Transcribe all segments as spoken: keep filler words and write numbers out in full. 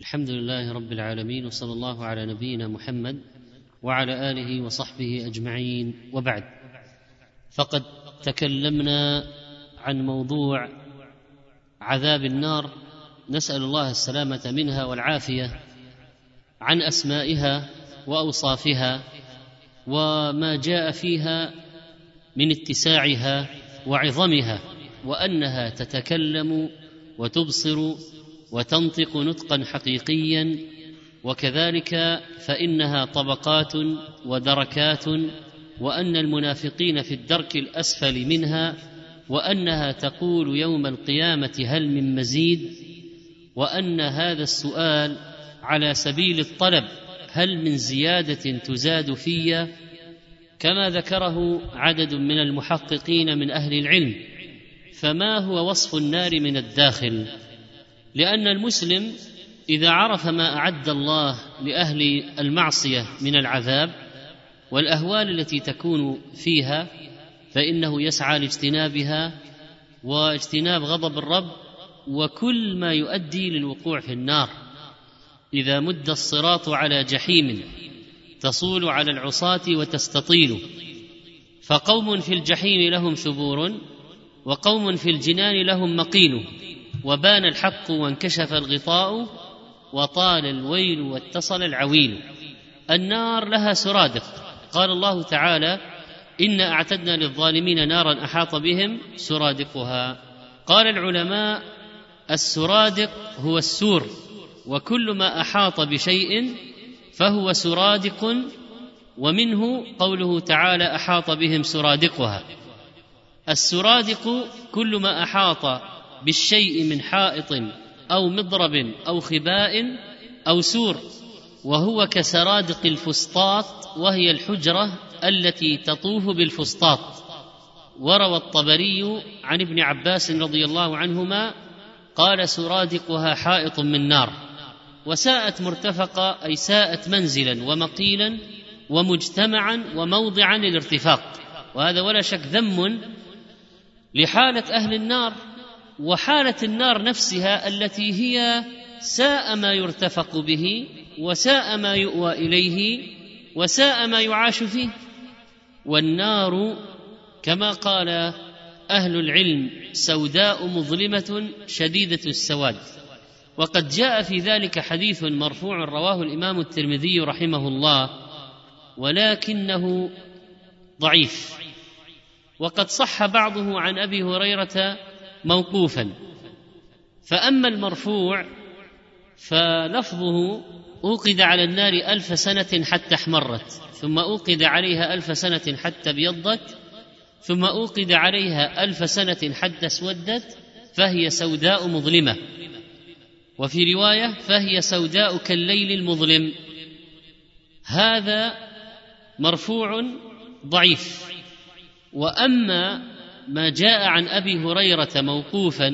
الحمد لله رب العالمين، وصلى الله على نبينا محمد وعلى آله وصحبه أجمعين، وبعد. فقد تكلمنا عن موضوع عذاب النار، نسأل الله السلامة منها والعافية، عن أسمائها وأوصافها وما جاء فيها من اتساعها وعظمها، وأنها تتكلم وتبصر وتنطق نطقا حقيقيا، وكذلك فإنها طبقات ودركات، وأن المنافقين في الدرك الأسفل منها، وأنها تقول يوم القيامة هل من مزيد، وأن هذا السؤال على سبيل الطلب، هل من زيادة تزاد في، كما ذكره عدد من المحققين من أهل العلم. فما هو وصف النار من الداخل؟ لأن المسلم إذا عرف ما أعد الله لأهل المعصية من العذاب والأهوال التي تكون فيها، فإنه يسعى لاجتنابها واجتناب غضب الرب وكل ما يؤدي للوقوع في النار. إذا مد الصراط على جحيم تصول على العصاة وتستطيل، فقوم في الجحيم لهم ثبور، وقوم في الجنان لهم مقيل، وبان الحق وانكشف الغطاء، وطال الويل واتصل العويل. النار لها سرادق، قال الله تعالى إنا أعتدنا للظالمين نارا أحاط بهم سرادقها. قال العلماء السرادق هو السور، وكل ما أحاط بشيء فهو سرادق، ومنه قوله تعالى أحاط بهم سرادقها. السرادق كل ما أحاط بالشيء من حائط أو مضرب أو خباء أو سور، وهو كسرادق الفسطاط، وهي الحجرة التي تطوف بالفسطاط. وروى الطبري عن ابن عباس رضي الله عنهما قال سرادقها حائط من نار. وساءت مرتفقا أي ساءت منزلا ومقيلا ومجتمعا وموضعا للارتفاق، وهذا ولا شك ذم لحالة أهل النار، وحالة النار نفسها التي هي ساء ما يرتفق به، وساء ما يؤوى إليه، وساء ما يعاش فيه. والنار كما قال أهل العلم سوداء مظلمة شديدة السواد. وقد جاء في ذلك حديث مرفوع رواه الإمام الترمذي رحمه الله، ولكنه ضعيف، وقد صح بعضه عن أبي هريرة موقوفا. فأما المرفوع فلفظه أوقد على النار ألف سنة حتى احمرت، ثم أوقد عليها ألف سنة حتى ابيضت، ثم أوقد عليها ألف سنة حتى اسودت، فهي سوداء مظلمة. وفي رواية فهي سوداء كالليل المظلم. هذا مرفوع ضعيف. وأما ما جاء عن أبي هريرة موقوفا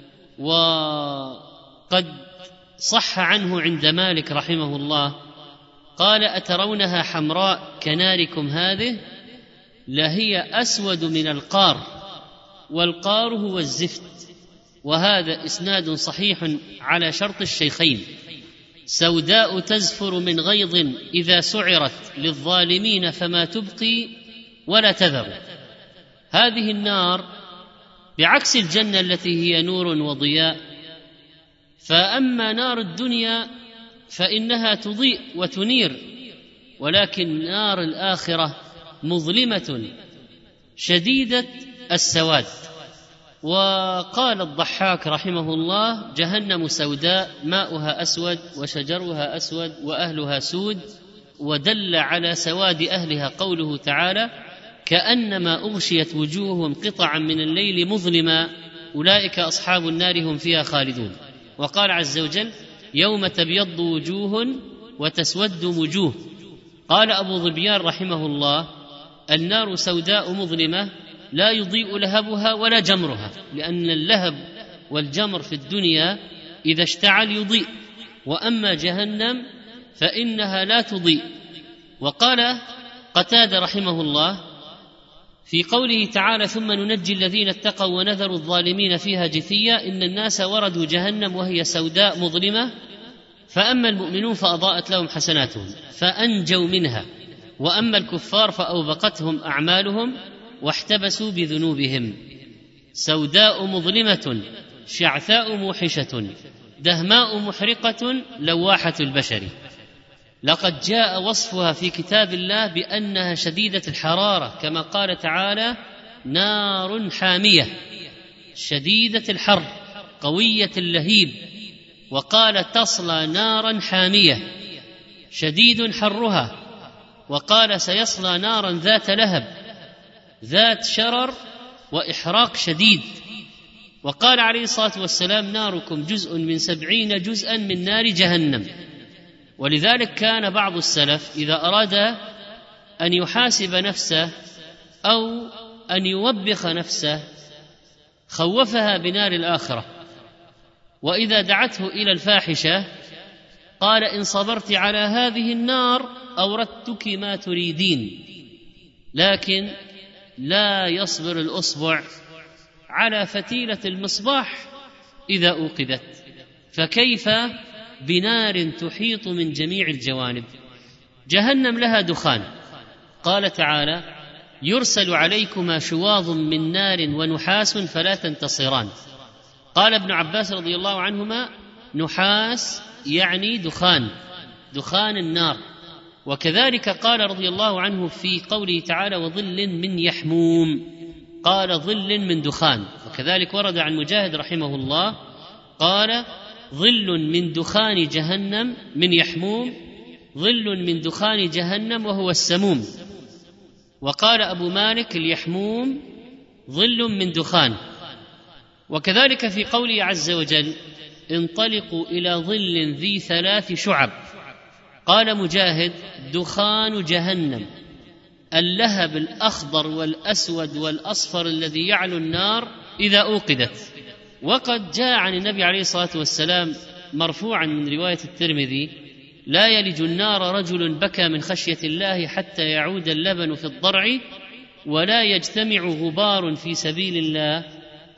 وقد صح عنه عند مالك رحمه الله قال أترونها حمراء كناركم هذه؟ لهي أسود من القار، والقار هو الزفت. وهذا إسناد صحيح على شرط الشيخين. سوداء تزفر من غيظ إذا سعرت للظالمين فما تبقي ولا تذر. هذه النار بعكس الجنة التي هي نور وضياء. فأما نار الدنيا فإنها تضيء وتنير، ولكن نار الآخرة مظلمة شديدة السواد. وقال الضحاك رحمه الله جهنم سوداء ماؤها أسود وشجرها أسود وأهلها سود. ودل على سواد أهلها قوله تعالى كأنما أغشيت وجوههم قطعا من الليل مظلما أولئك أصحاب النار هم فيها خالدون. وقال عز وجل يوم تبيض وجوه وتسود وجوه. قال أبو ظبيان رحمه الله النار سوداء مظلمة لا يضيء لهبها ولا جمرها، لأن اللهب والجمر في الدنيا إذا اشتعل يضيء، وأما جهنم فإنها لا تضيء. وقال قتادة رحمه الله في قوله تعالى ثم ننجي الذين اتقوا ونذر الظالمين فيها جثيا إن الناس وردوا جهنم وهي سوداء مظلمة فأما المؤمنون فأضاءت لهم حسناتهم فأنجوا منها، وأما الكفار فأوبقتهم أعمالهم واحتبسوا بذنوبهم. سوداء مظلمة شعثاء موحشة دهماء محرقة لواحة البشر. لقد جاء وصفها في كتاب الله بأنها شديدة الحرارة، كما قال تعالى: نار حامية شديدة الحر قوية اللهيب. وقال: تصلى نارا حامية شديد حرها. وقال: سيصلى نارا ذات لهب ذات شرر وإحراق شديد. وقال عليه الصلاة والسلام: ناركم جزء من سبعين جزءا من نار جهنم. ولذلك كان بعض السلف إذا أراد أن يحاسب نفسه أو أن يوبخ نفسه خوفها بنار الآخرة، وإذا دعته إلى الفاحشة قال: إن صبرت على هذه النار أوردتك ما تريدين. لكن لا يصبر الأصبع على فتيلة المصباح إذا أوقدت، فكيف بنار تحيط من جميع الجوانب؟ جهنم لها دخان، قال تعالى: يرسل عليكما شواظ من نار ونحاس فلا تنتصران. قال ابن عباس رضي الله عنهما: نحاس يعني دخان، دخان النار. وكذلك قال رضي الله عنه في قوله تعالى: وظل من يحموم، قال: ظل من دخان. وكذلك ورد عن مجاهد رحمه الله قال: ظل من دخان جهنم من يحموم، ظل من دخان جهنم وهو السموم. وقال أبو مالك: اليحموم ظل من دخان. وكذلك في قوله عز وجل: انطلقوا إلى ظل ذي ثلاث شعب، قال مجاهد: دخان جهنم، اللهب الأخضر والأسود والأصفر الذي يعلو النار إذا أوقدت. وقد جاء عن النبي عليه الصلاة والسلام مرفوعا من رواية الترمذي: لا يلج النار رجل بكى من خشية الله حتى يعود اللبن في الضرع، ولا يجتمع غبار في سبيل الله،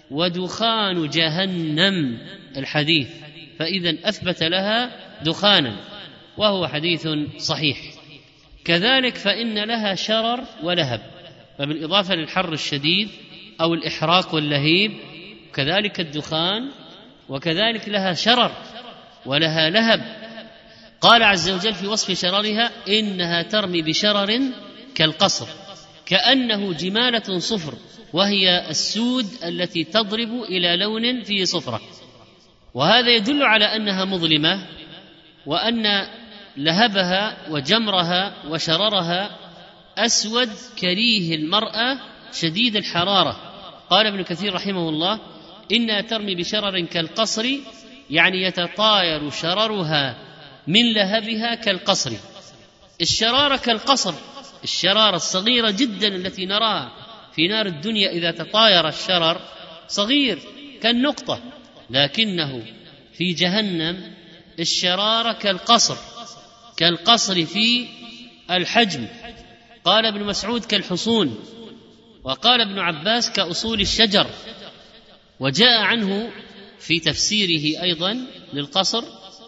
ودخان جهنم الحديث، فإذا أثبت لها دخانا، وهو حديث صحيح. كذلك فإن لها شرر ولهب، فبالإضافة للحر الشديد أو الإحراق واللهيب كذلك الدخان، وكذلك لها شرر ولها لهب. قال عز وجل في وصف شررها: إنها ترمي بشرر كالقصر كأنه جمالة صفر، وهي السود التي تضرب إلى لون فيه صفرة. وهذا يدل على أنها مظلمة، وأن لهبها وجمرها وشررها أسود كريه المرأة شديد الحرارة. قال ابن كثير رحمه الله: إنها ترمي بشرر كالقصر، يعني يتطاير شررها من لهبها كالقصر. الشرارة كالقصر، الشرارة الصغيرة جدا التي نراها في نار الدنيا إذا تطاير الشرر صغير كالنقطة، لكنه في جهنم الشرارة كالقصر، كالقصر في الحجم. قال ابن مسعود: كالحصون. وقال ابن عباس: كأصول الشجر. وجاء عنه في تفسيره أيضا للقصر: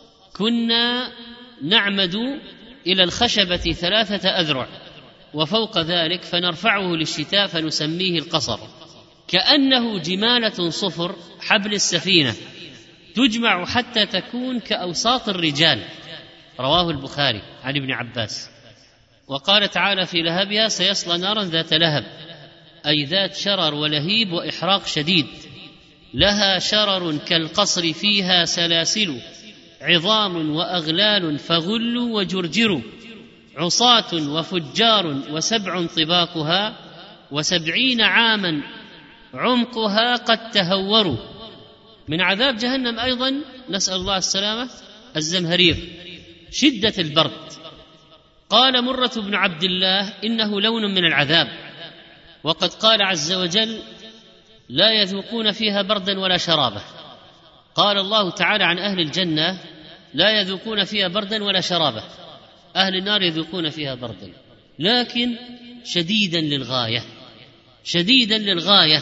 كنا نعمد إلى الخشبة ثلاثة أذرع وفوق ذلك فنرفعه للشتاء فنسميه القصر، كأنه جمالة صفر حبل السفينة تجمع حتى تكون كأوساط الرجال. رواه البخاري عن ابن عباس. وقال تعالى في لهبها: سيصلى نارا ذات لهب، أي ذات شرر ولهيب وإحراق شديد، لها شرر كالقصر فيها سلاسل عظام وأغلال فغلوا وجرجروا، عصاة وفجار وسبع طباقها، وسبعين عاما عمقها قد تهوروا. من عذاب جهنم أيضا نسأل الله السلامة الزمهرير، شدة البرد. قال مرة بن عبد الله: إنه لون من العذاب. وقد قال عز وجل: لا يذوقون فيها بردا ولا شرابا. قال الله تعالى عن أهل الجنة: لا يذوقون فيها بردا ولا شرابا. أهل النار يذوقون فيها بردا، لكن شديدا للغاية، شديدا للغاية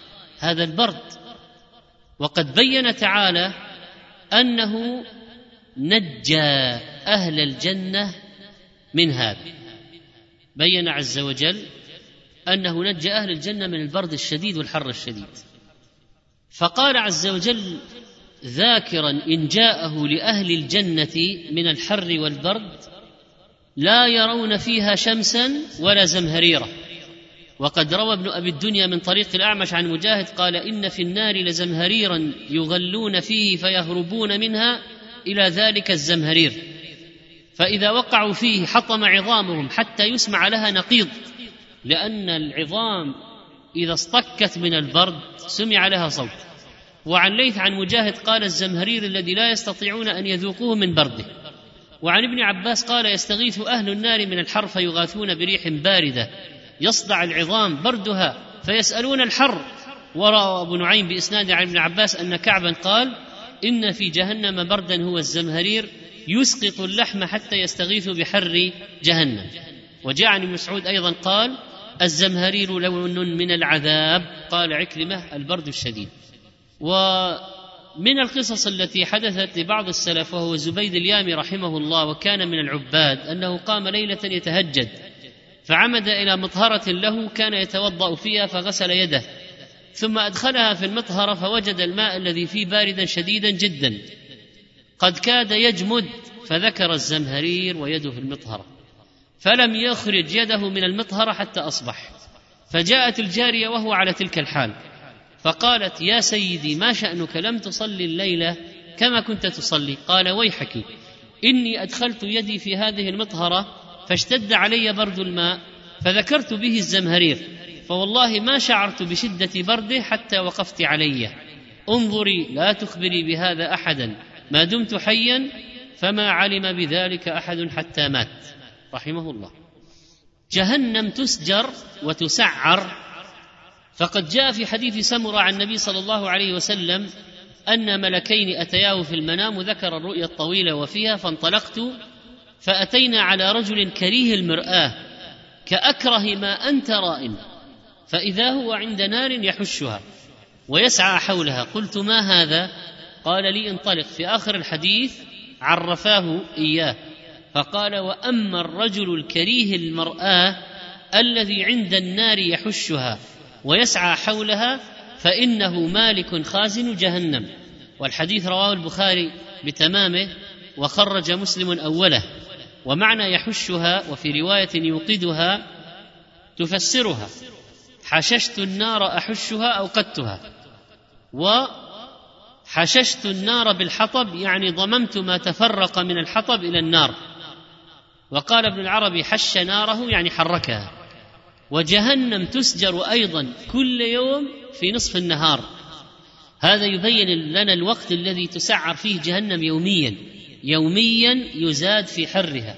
هذا البرد. وقد بين تعالى أنه نجى أهل الجنة من هذا. بين عز وجل أنه نجى أهل الجنة من البرد الشديد والحر الشديد، فقال عز وجل ذاكرا إن جاءه لأهل الجنة من الحر والبرد لا يرون فيها شمسا ولا زمهريرا. وقد روى ابن أبي الدنيا من طريق الأعمش عن مجاهد قال إن في النار لزمهريرا يغلون فيه فيهربون منها إلى ذلك الزمهرير، فإذا وقعوا فيه حطم عظامهم حتى يسمع لها نقيض، لأن العظام إذا اصطكت من البرد سمع لها صوت. وعن ليث عن مجاهد قال الزمهرير الذي لا يستطيعون أن يذوقوه من برده. وعن ابن عباس قال يستغيث أهل النار من الحر فيغاثون بريح باردة يصدع العظام بردها فيسألون الحر. وروى أبو نعيم بإسناد عن ابن عباس أن كعبا قال إن في جهنم بردا هو الزمهرير يسقط اللحم حتى يستغيث بحر جهنم. وجاء عن ابن مسعود أيضا قال الزمهرير لون من العذاب، قال عكرمة البرد الشديد. ومن القصص التي حدثت لبعض السلف وهو زبيد اليامي رحمه الله وكان من العباد أنه قام ليلة يتهجد فعمد إلى مطهرة له كان يتوضأ فيها فغسل يده ثم أدخلها في المطهرة فوجد الماء الذي فيه باردا شديدا جدا قد كاد يجمد، فذكر الزمهرير ويده في المطهرة فلم يخرج يده من المطهرة حتى أصبح. فجاءت الجارية وهو على تلك الحال فقالت يا سيدي ما شأنك لم تصلي الليلة كما كنت تصلي؟ قال ويحك إني أدخلت يدي في هذه المطهرة فاشتد علي برد الماء فذكرت به الزمهرير فوالله ما شعرت بشدة برده حتى وقفت علي. انظري لا تخبري بهذا أحدا ما دمت حيا، فما علم بذلك أحد حتى مات رحمه الله. جهنم تسجر وتسعر، فقد جاء في حديث سمرة عن النبي صلى الله عليه وسلم أن ملكين أتياه في المنام ذكر الرؤيا الطويلة وفيها فانطلقت فأتينا على رجل كريه المرآة كأكره ما أنت رائن، فإذا هو عند نار يحشها ويسعى حولها. قلت ما هذا؟ قال لي انطلق. في آخر الحديث عرفاه إياه فقال وأما الرجل الكريه المرآة الذي عند النار يحشها ويسعى حولها فإنه مالك خازن جهنم. والحديث رواه البخاري بتمامه وخرج مسلم أوله. ومعنى يحشها وفي رواية يوقدها تفسرها حششت النار أحشها أوقدتها، وحششت النار بالحطب يعني ضممت ما تفرق من الحطب إلى النار. وقال ابن العربي حش ناره يعني حركها. وجهنم تسجر أيضا كل يوم في نصف النهار، هذا يبين لنا الوقت الذي تسعر فيه جهنم يوميا، يوميا يزاد في حرها،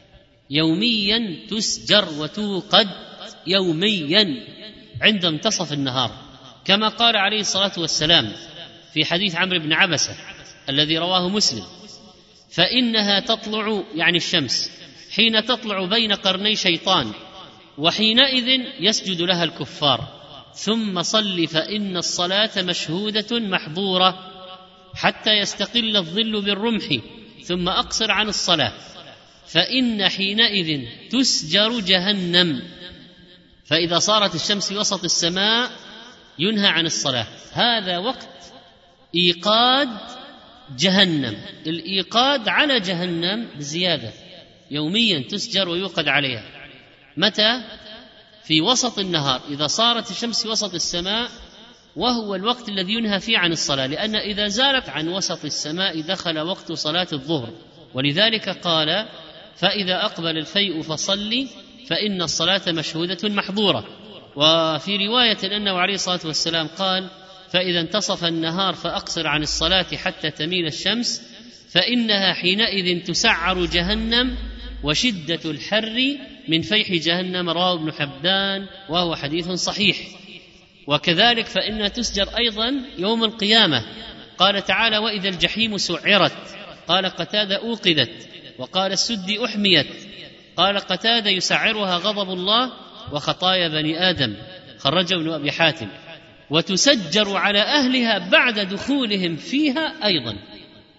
يوميا تسجر وتوقد يوميا عند منتصف النهار، كما قال عليه الصلاة والسلام في حديث عمرو بن عبسة الذي رواه مسلم فإنها تطلع يعني الشمس حين تطلع بين قرني شيطان وحينئذ يسجد لها الكفار، ثم صل فإن الصلاة مشهودة محظورة حتى يستقل الظل بالرمح ثم أقصر عن الصلاة فإن حينئذ تسجر جهنم، فإذا صارت الشمس وسط السماء ينهى عن الصلاة. هذا وقت إيقاد جهنم، الإيقاد على جهنم بزيادة، يوميا تسجر ويوقد عليها. متى؟ في وسط النهار إذا صارت الشمس وسط السماء، وهو الوقت الذي ينهى فيه عن الصلاة، لأن إذا زالت عن وسط السماء دخل وقت صلاة الظهر، ولذلك قال فإذا أقبل الفيء فصلي فإن الصلاة مشهودة محظورة. وفي رواية أنه عليه الصلاة والسلام قال فإذا انتصف النهار فأقصر عن الصلاة حتى تميل الشمس فإنها حينئذ تسعر جهنم وشدة الحر من فيح جهنم، رواه ابن حبان وهو حديث صحيح. وكذلك فإنها تسجر أيضا يوم القيامة، قال تعالى وإذا الجحيم سعرت، قال قتادة أوقدت، وقال السدي أحميت، قال قتادة يسعرها غضب الله وخطايا بني آدم، خرجه ابن أبي حاتم. وتسجر على أهلها بعد دخولهم فيها أيضا،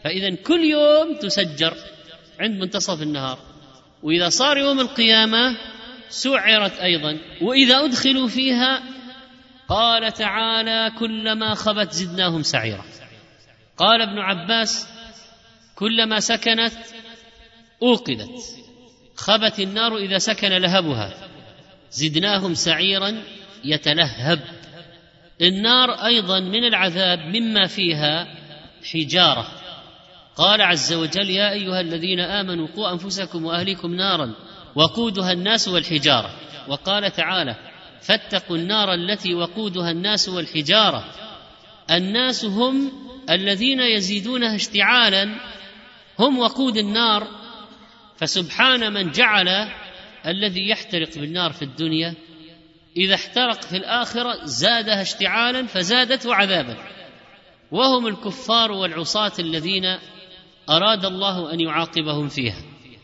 فإذا كل يوم تسجر عند منتصف النهار، وإذا صار يوم القيامة سعرت أيضا. وإذا أدخلوا فيها قال تعالى كلما خبت زدناهم سعيرا. قال ابن عباس كلما سكنت أوقدت، خبت النار إذا سكن لهبها، زدناهم سعيرا يتلهب. النار أيضا من العذاب مما فيها حجارة. قال عز وجل يا أيها الذين آمنوا قوا أنفسكم وأهليكم نارا وقودها الناس والحجارة. وقال تعالى فاتقوا النار التي وقودها الناس والحجارة. الناس هم الذين يزيدونها اشتعالا، هم وقود النار. فسبحان من جعل الذي يحترق بالنار في الدنيا إذا احترق في الآخرة زادها اشتعالا فزادته عذابا، وهم الكفار والعصاة الذين أراد الله أن يعاقبهم فيها.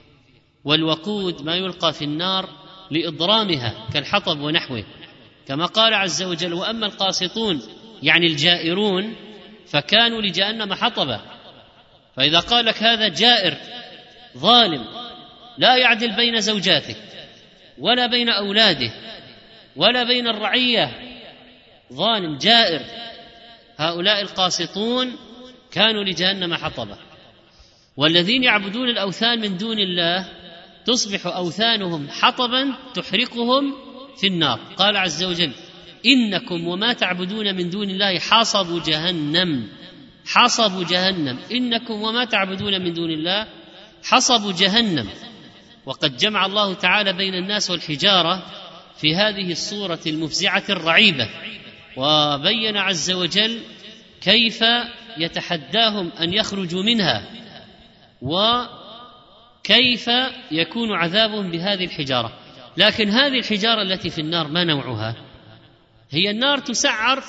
والوقود ما يلقى في النار لإضرامها كالحطب ونحوه، كما قال عز وجل وأما القاسطون يعني الجائرون فكانوا لجهنم حطبا. فإذا قال لك هذا جائر ظالم لا يعدل بين زوجاته ولا بين أولاده ولا بين الرعية، ظالم جائر، هؤلاء القاسطون كانوا لجهنم حطبا. والذين يعبدون الأوثان من دون الله تصبح أوثانهم حطبا تحرقهم في النار. قال عز وجل إنكم وما تعبدون من دون الله حصب جهنم، حصب جهنم، إنكم وما تعبدون من دون الله حصب جهنم. وقد جمع الله تعالى بين الناس والحجارة في هذه الصورة المفزعة الرعيبة، وبين عز وجل كيف يتحداهم أن يخرجوا منها وكيف يكون عذابهم بهذه الحجارة. لكن هذه الحجارة التي في النار ما نوعها؟ هي النار تسعر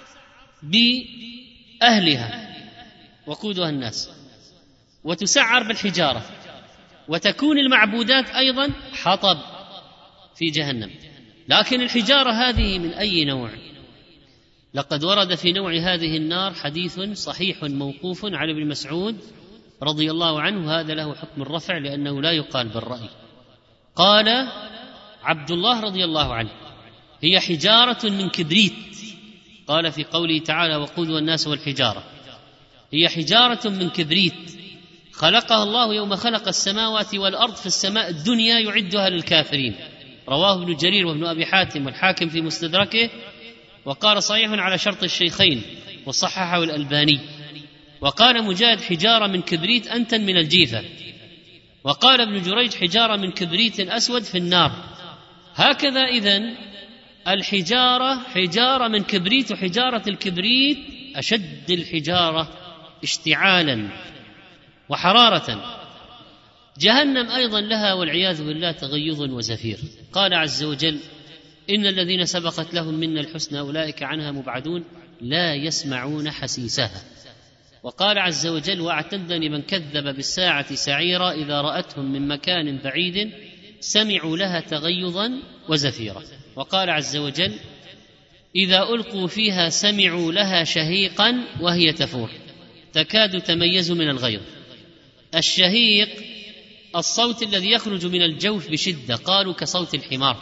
بأهلها وقودها الناس، وتسعر بالحجارة، وتكون المعبودات أيضا حطب في جهنم. لكن الحجارة هذه من أي نوع؟ لقد ورد في نوع هذه النار حديث صحيح موقوف على ابن مسعود رضي الله عنه، هذا له حكم الرفع لأنه لا يقال بالرأي. قال عبد الله رضي الله عنه هي حجارة من كبريت. قال في قوله تعالى وقودها الناس والحجارة، هي حجارة من كبريت خلقها الله يوم خلق السماوات والأرض في السماء الدنيا يعدها للكافرين. رواه ابن جرير وابن أبي حاتم والحاكم في مستدركه، وقال صحيح على شرط الشيخين وصححه الألباني. وقال مجاهد حجارة من كبريت أنتن من الجيفة. وقال ابن جريج حجارة من كبريت أسود في النار. هكذا إذن الحجارة حجارة من كبريت، وحجارة الكبريت أشد الحجارة اشتعالا وحرارة. جهنم أيضا لها والعياذ بالله تغيظ وزفير. قال عز وجل إن الذين سبقت لهم منا الحسنى أولئك عنها مبعدون لا يسمعون حسيسها. وقال عز وجل واعتدنا لمن كذب بالساعة سعيرا إذا رأتهم من مكان بعيد سمعوا لها تغيظا وزفيرا. وقال عز وجل إذا ألقوا فيها سمعوا لها شهيقا وهي تفور تكاد تميز من الغيظ. الشهيق الصوت الذي يخرج من الجوف بشدة، قالوا كصوت الحمار،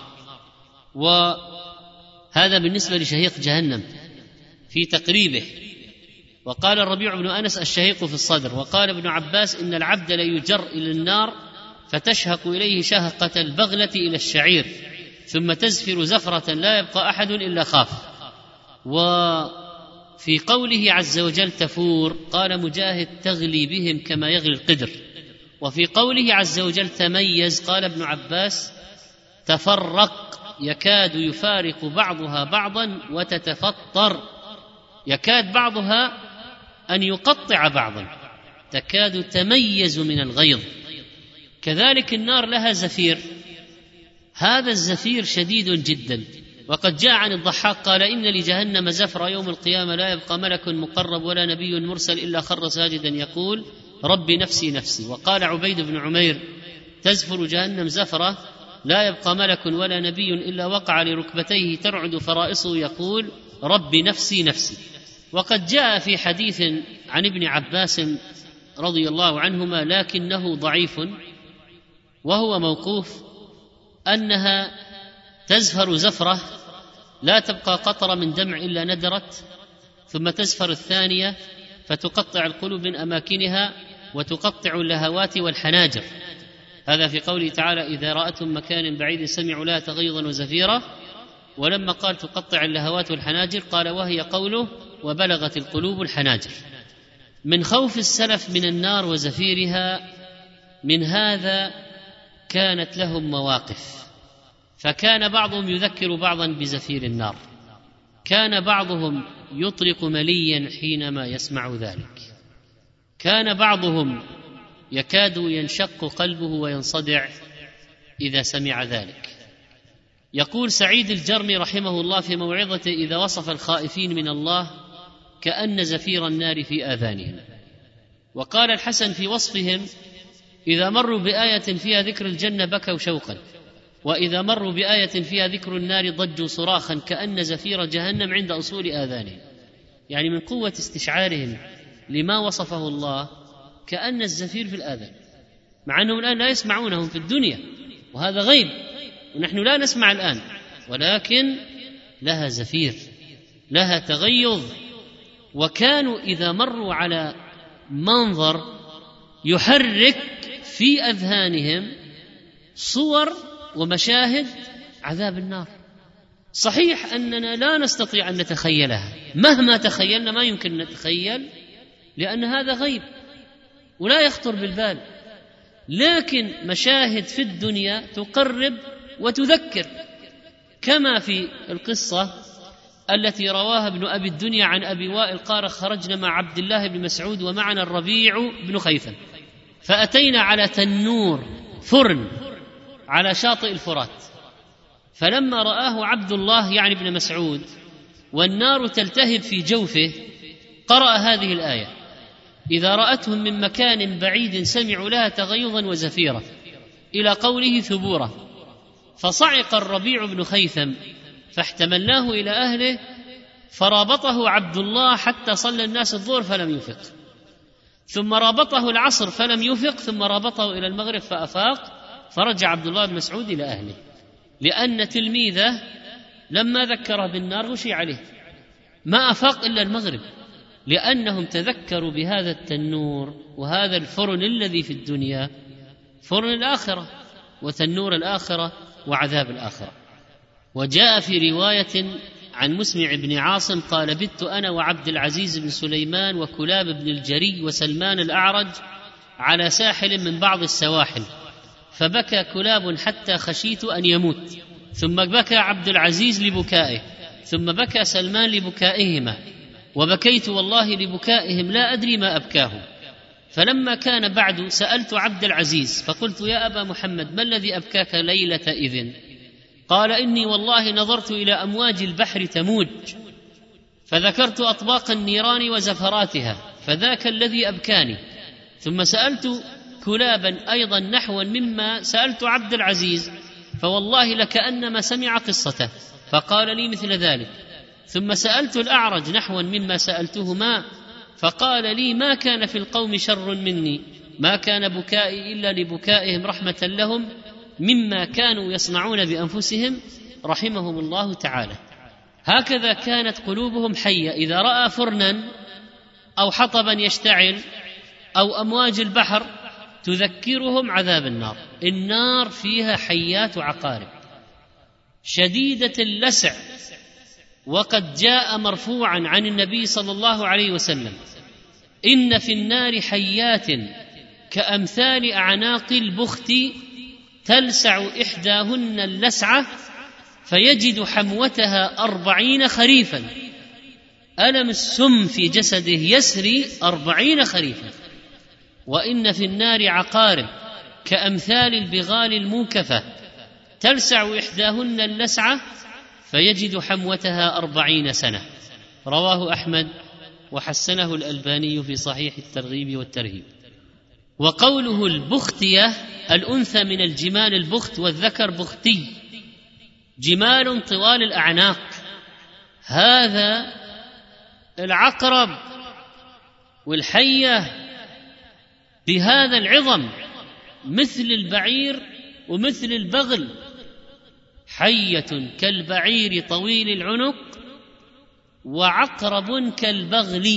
وهذا بالنسبة لشهيق جهنم في تقريبه. وقال الربيع بن أنس الشهيق في الصدر. وقال ابن عباس إن العبد ليجر إلى النار فتشهق إليه شهقة البغلة إلى الشعير ثم تزفر زفرة لا يبقى أحد إلا خاف. وفي قوله عز وجل تفور قال مجاهد تغلي بهم كما يغلي القدر. وفي قوله عز وجل تميز قال ابن عباس تفرق يكاد يفارق بعضها بعضا وتتفطر، يكاد بعضها أن يقطع بعضا، تكاد تميز من الغيظ. كذلك النار لها زفير، هذا الزفير شديد جدا. وقد جاء عن الضحاك قال إن لجهنم زفر يوم القيامة لا يبقى ملك مقرب ولا نبي مرسل إلا خر ساجدا يقول رب نفسي نفسي. وقال عبيد بن عمير تزفر جهنم زفرة لا يبقى ملك ولا نبي إلا وقع لركبتيه ترعد فرائصه يقول رب نفسي نفسي. وقد جاء في حديث عن ابن عباس رضي الله عنهما لكنه ضعيف، وهو موقوف، أنها تزفر زفرة لا تبقى قطرة من دمع إلا ندرت، ثم تزفر الثانية فتقطع القلوب من أماكنها وتقطع اللهوات والحناجر. هذا في قوله تعالى: إذا رأتهم مكان بعيد سمعوا لها تغيظا وزفيرا. ولما قال تقطع اللهوات والحناجر قال: وهي قوله: وبلغت القلوب الحناجر. من خوف السلف من النار وزفيرها من هذا كانت لهم مواقف، فكان بعضهم يذكر بعضا بزفير النار، كان بعضهم يطرق مليا حينما يسمع ذلك، كان بعضهم يكاد ينشق قلبه وينصدع إذا سمع ذلك. يقول سعيد الجرمي رحمه الله في موعظته إذا وصف الخائفين من الله: كأن زفير النار في آذانهم. وقال الحسن في وصفهم: إذا مروا بآية فيها ذكر الجنة بكوا شوقا، وإذا مروا بآية فيها ذكر النار ضجوا صراخا كأن زفير جهنم عند أصول آذانهم. يعني من قوة استشعارهم لما وصفه الله كأن الزفير في الآذان، مع أنهم الآن لا يسمعونهم في الدنيا، وهذا غيب ونحن لا نسمع الآن، ولكن لها زفير، لها تغيظ. وكانوا إذا مروا على منظر يحرك في أذهانهم صور ومشاهد عذاب النار، صحيح أننا لا نستطيع أن نتخيلها، مهما تخيلنا ما يمكن نتخيل، لأن هذا غيب ولا يخطر بالبال، لكن مشاهد في الدنيا تقرب وتذكر، كما في القصة التي رواها ابن أبي الدنيا عن أبي وائل قال: خرجنا مع عبد الله بن مسعود ومعنا الربيع بن خيثم، فأتينا على تنور فرن على شاطئ الفرات، فلما رآه عبد الله يعني ابن مسعود والنار تلتهب في جوفه قرأ هذه الآية: إذا رأتهم من مكان بعيد سمعوا لها تغيظا وزفيرا، إلى قوله ثبورا. فصعق الربيع بن خيثم فاحتملناه إلى أهله، فرابطه عبد الله حتى صلى الناس الظهر فلم يفق، ثم رابطه العصر فلم يفق، ثم رابطه إلى المغرب فأفاق، فرجع عبد الله بن مسعود إلى أهله، لأن تلميذه لما ذكر بالنار غشي عليه، ما أفاق إلا المغرب، لأنهم تذكروا بهذا التنور وهذا الفرن الذي في الدنيا، فرن الآخرة وتنور الآخرة وعذاب الآخرة. وجاء في رواية عن مسمع بن عاصم قال: بت أنا وعبد العزيز بن سليمان وكلاب بن الجري وسلمان الأعرج على ساحل من بعض السواحل، فبكى كلاب حتى خشيت أن يموت، ثم بكى عبد العزيز لبكائه، ثم بكى سلمان لبكائهما، وبكيت والله لبكائهم لا أدري ما أبكاهم. فلما كان بعد سألت عبد العزيز فقلت: يا أبا محمد، ما الذي أبكاك ليلة إذن؟ قال: إني والله نظرت إلى أمواج البحر تموج، فذكرت أطباق النيران وزفراتها، فذاك الذي أبكاني. ثم سألت كلابا أيضا نحوا مما سألت عبد العزيز، فوالله لكأنما سمع قصته، فقال لي مثل ذلك. ثم سألت الأعرج نحوا مما سألتهما، فقال لي: ما كان في القوم شر مني، ما كان بكائي إلا لبكائهم رحمة لهم مما كانوا يصنعون بأنفسهم رحمهم الله تعالى. هكذا كانت قلوبهم حية، إذا رأى فرنا أو حطبا يشتعل أو أمواج البحر تذكرهم عذاب النار. النار فيها حيات وعقارب شديدة اللسع، وقد جاء مرفوعا عن النبي صلى الله عليه وسلم: إن في النار حيات كأمثال أعناق البخت تلسع إحداهن اللسعة فيجد حموتها أربعين خريفا. ألم السم في جسده يسري أربعين خريفا. وإن في النار عقارب كأمثال البغال الموكفة تلسع إحداهن اللسعة فيجد حموتها أربعين سنة. رواه أحمد وحسنه الألباني في صحيح الترغيب والترهيب. وقوله البختية الأنثى من الجمال البخت، والذكر بختي، جمال طوال الأعناق. هذا العقرب والحية بهذا العظم مثل البعير ومثل البغل. حية كالبعير طويل العنق وعقرب كالبغل،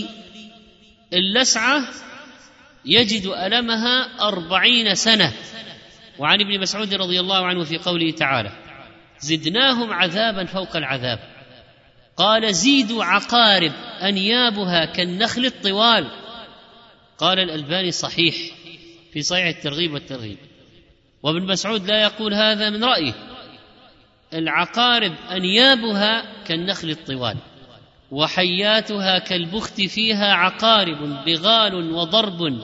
اللسعة يجد ألمها أربعين سنة. وعن ابن مسعود رضي الله عنه في قوله تعالى: زدناهم عذابا فوق العذاب، قال: زيدوا عقارب أنيابها كالنخل الطوال. قال الألباني: صحيح، في صحيح الترغيب والترهيب. وابن مسعود لا يقول هذا من رأيه، العقارب أنيابها كالنخل الطوال، وحياتها كالبخت فيها عقارب بغال وضرب،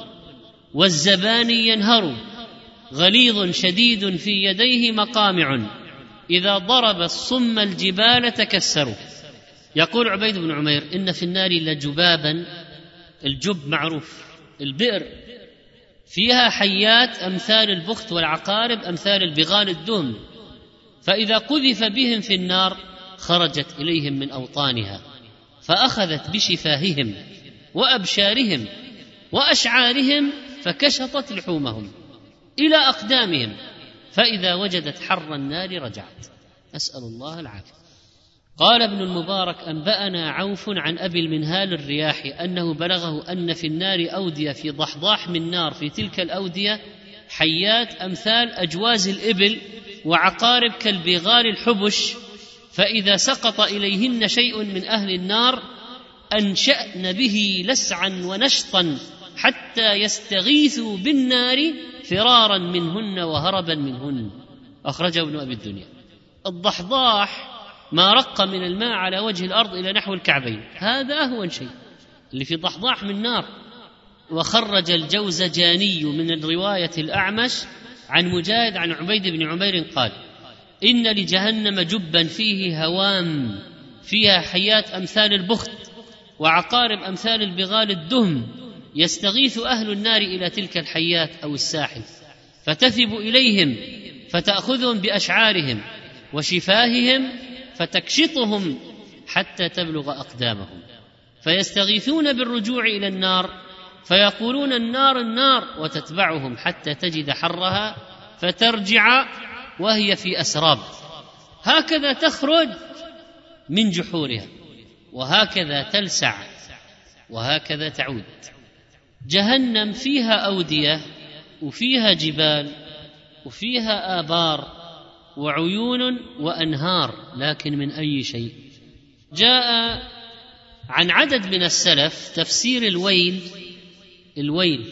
والزباني ينهر غليظ شديد في يديه مقامع، إذا ضرب الصم الجبال تكسروا. يقول عبيد بن عمير: إن في النار لجبابا، الجب معروف البئر، فيها حيات أمثال البخت والعقارب أمثال البغال الدهم، فإذا قذف بهم في النار خرجت إليهم من أوطانها، فأخذت بشفاههم وأبشارهم وأشعارهم فكشطت لحومهم إلى أقدامهم، فإذا وجدت حر النار رجعت، أسأل الله العافية. قال ابن المبارك: أنبأنا عوف عن أبي المنهال الرياحي أنه بلغه أن في النار أودية في ضحضاح من نار، في تلك الأودية حيات أمثال أجواز الإبل وعقارب كالبغال الحبش، فإذا سقط إليهن شيء من أهل النار أنشأن به لسعا ونشطا حتى يستغيثوا بالنار فرارا منهن وهربا منهن. أخرجه ابن أبي الدنيا. الضحضاح ما رق من الماء على وجه الأرض إلى نحو الكعبين، هذا أهون شيء اللي في ضحضاح من نار. وخرج الجوزجاني من الرواية الأعمش عن مجاهد عن عبيد بن عمير قال: إن لجهنم جبا فيه هوام، فيها حيات أمثال البخت وعقارب أمثال البغال الدهم، يستغيث أهل النار إلى تلك الحيات أو الساحل، فتثب إليهم فتأخذهم بأشعارهم وشفاههم فتكشطهم حتى تبلغ أقدامهم، فيستغيثون بالرجوع إلى النار فيقولون: النار النار، وتتبعهم حتى تجد حرها فترجع وهي في أسراب. هكذا تخرج من جحورها، وهكذا تلسع، وهكذا تعود. جهنم فيها أودية وفيها جبال وفيها آبار وعيون وأنهار، لكن من أي شيء؟ جاء عن عدد من السلف تفسير الويل: الويل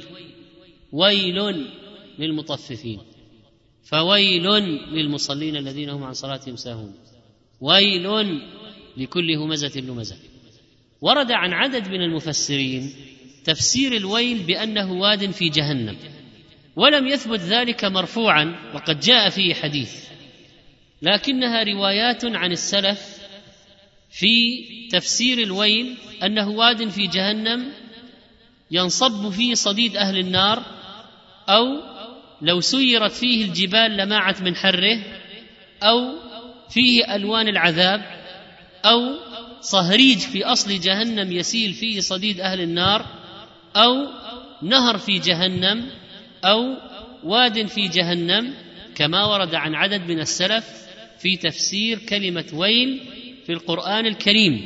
ويل للمطففين، فويل للمصلين الذين هم عن صلاتهم ساهون، ويل لكل همزة لمزة. ورد عن عدد من المفسرين تفسير الويل بأنه واد في جهنم، ولم يثبت ذلك مرفوعا، وقد جاء فيه حديث، لكنها روايات عن السلف في تفسير الويل أنه واد في جهنم ينصب فيه صديد أهل النار، أو لو سيرت فيه الجبال لماعت من حره، أو فيه ألوان العذاب، أو صهريج في أصل جهنم يسيل فيه صديد أهل النار، أو نهر في جهنم، أو واد في جهنم، كما ورد عن عدد من السلف في تفسير كلمة ويل في القرآن الكريم.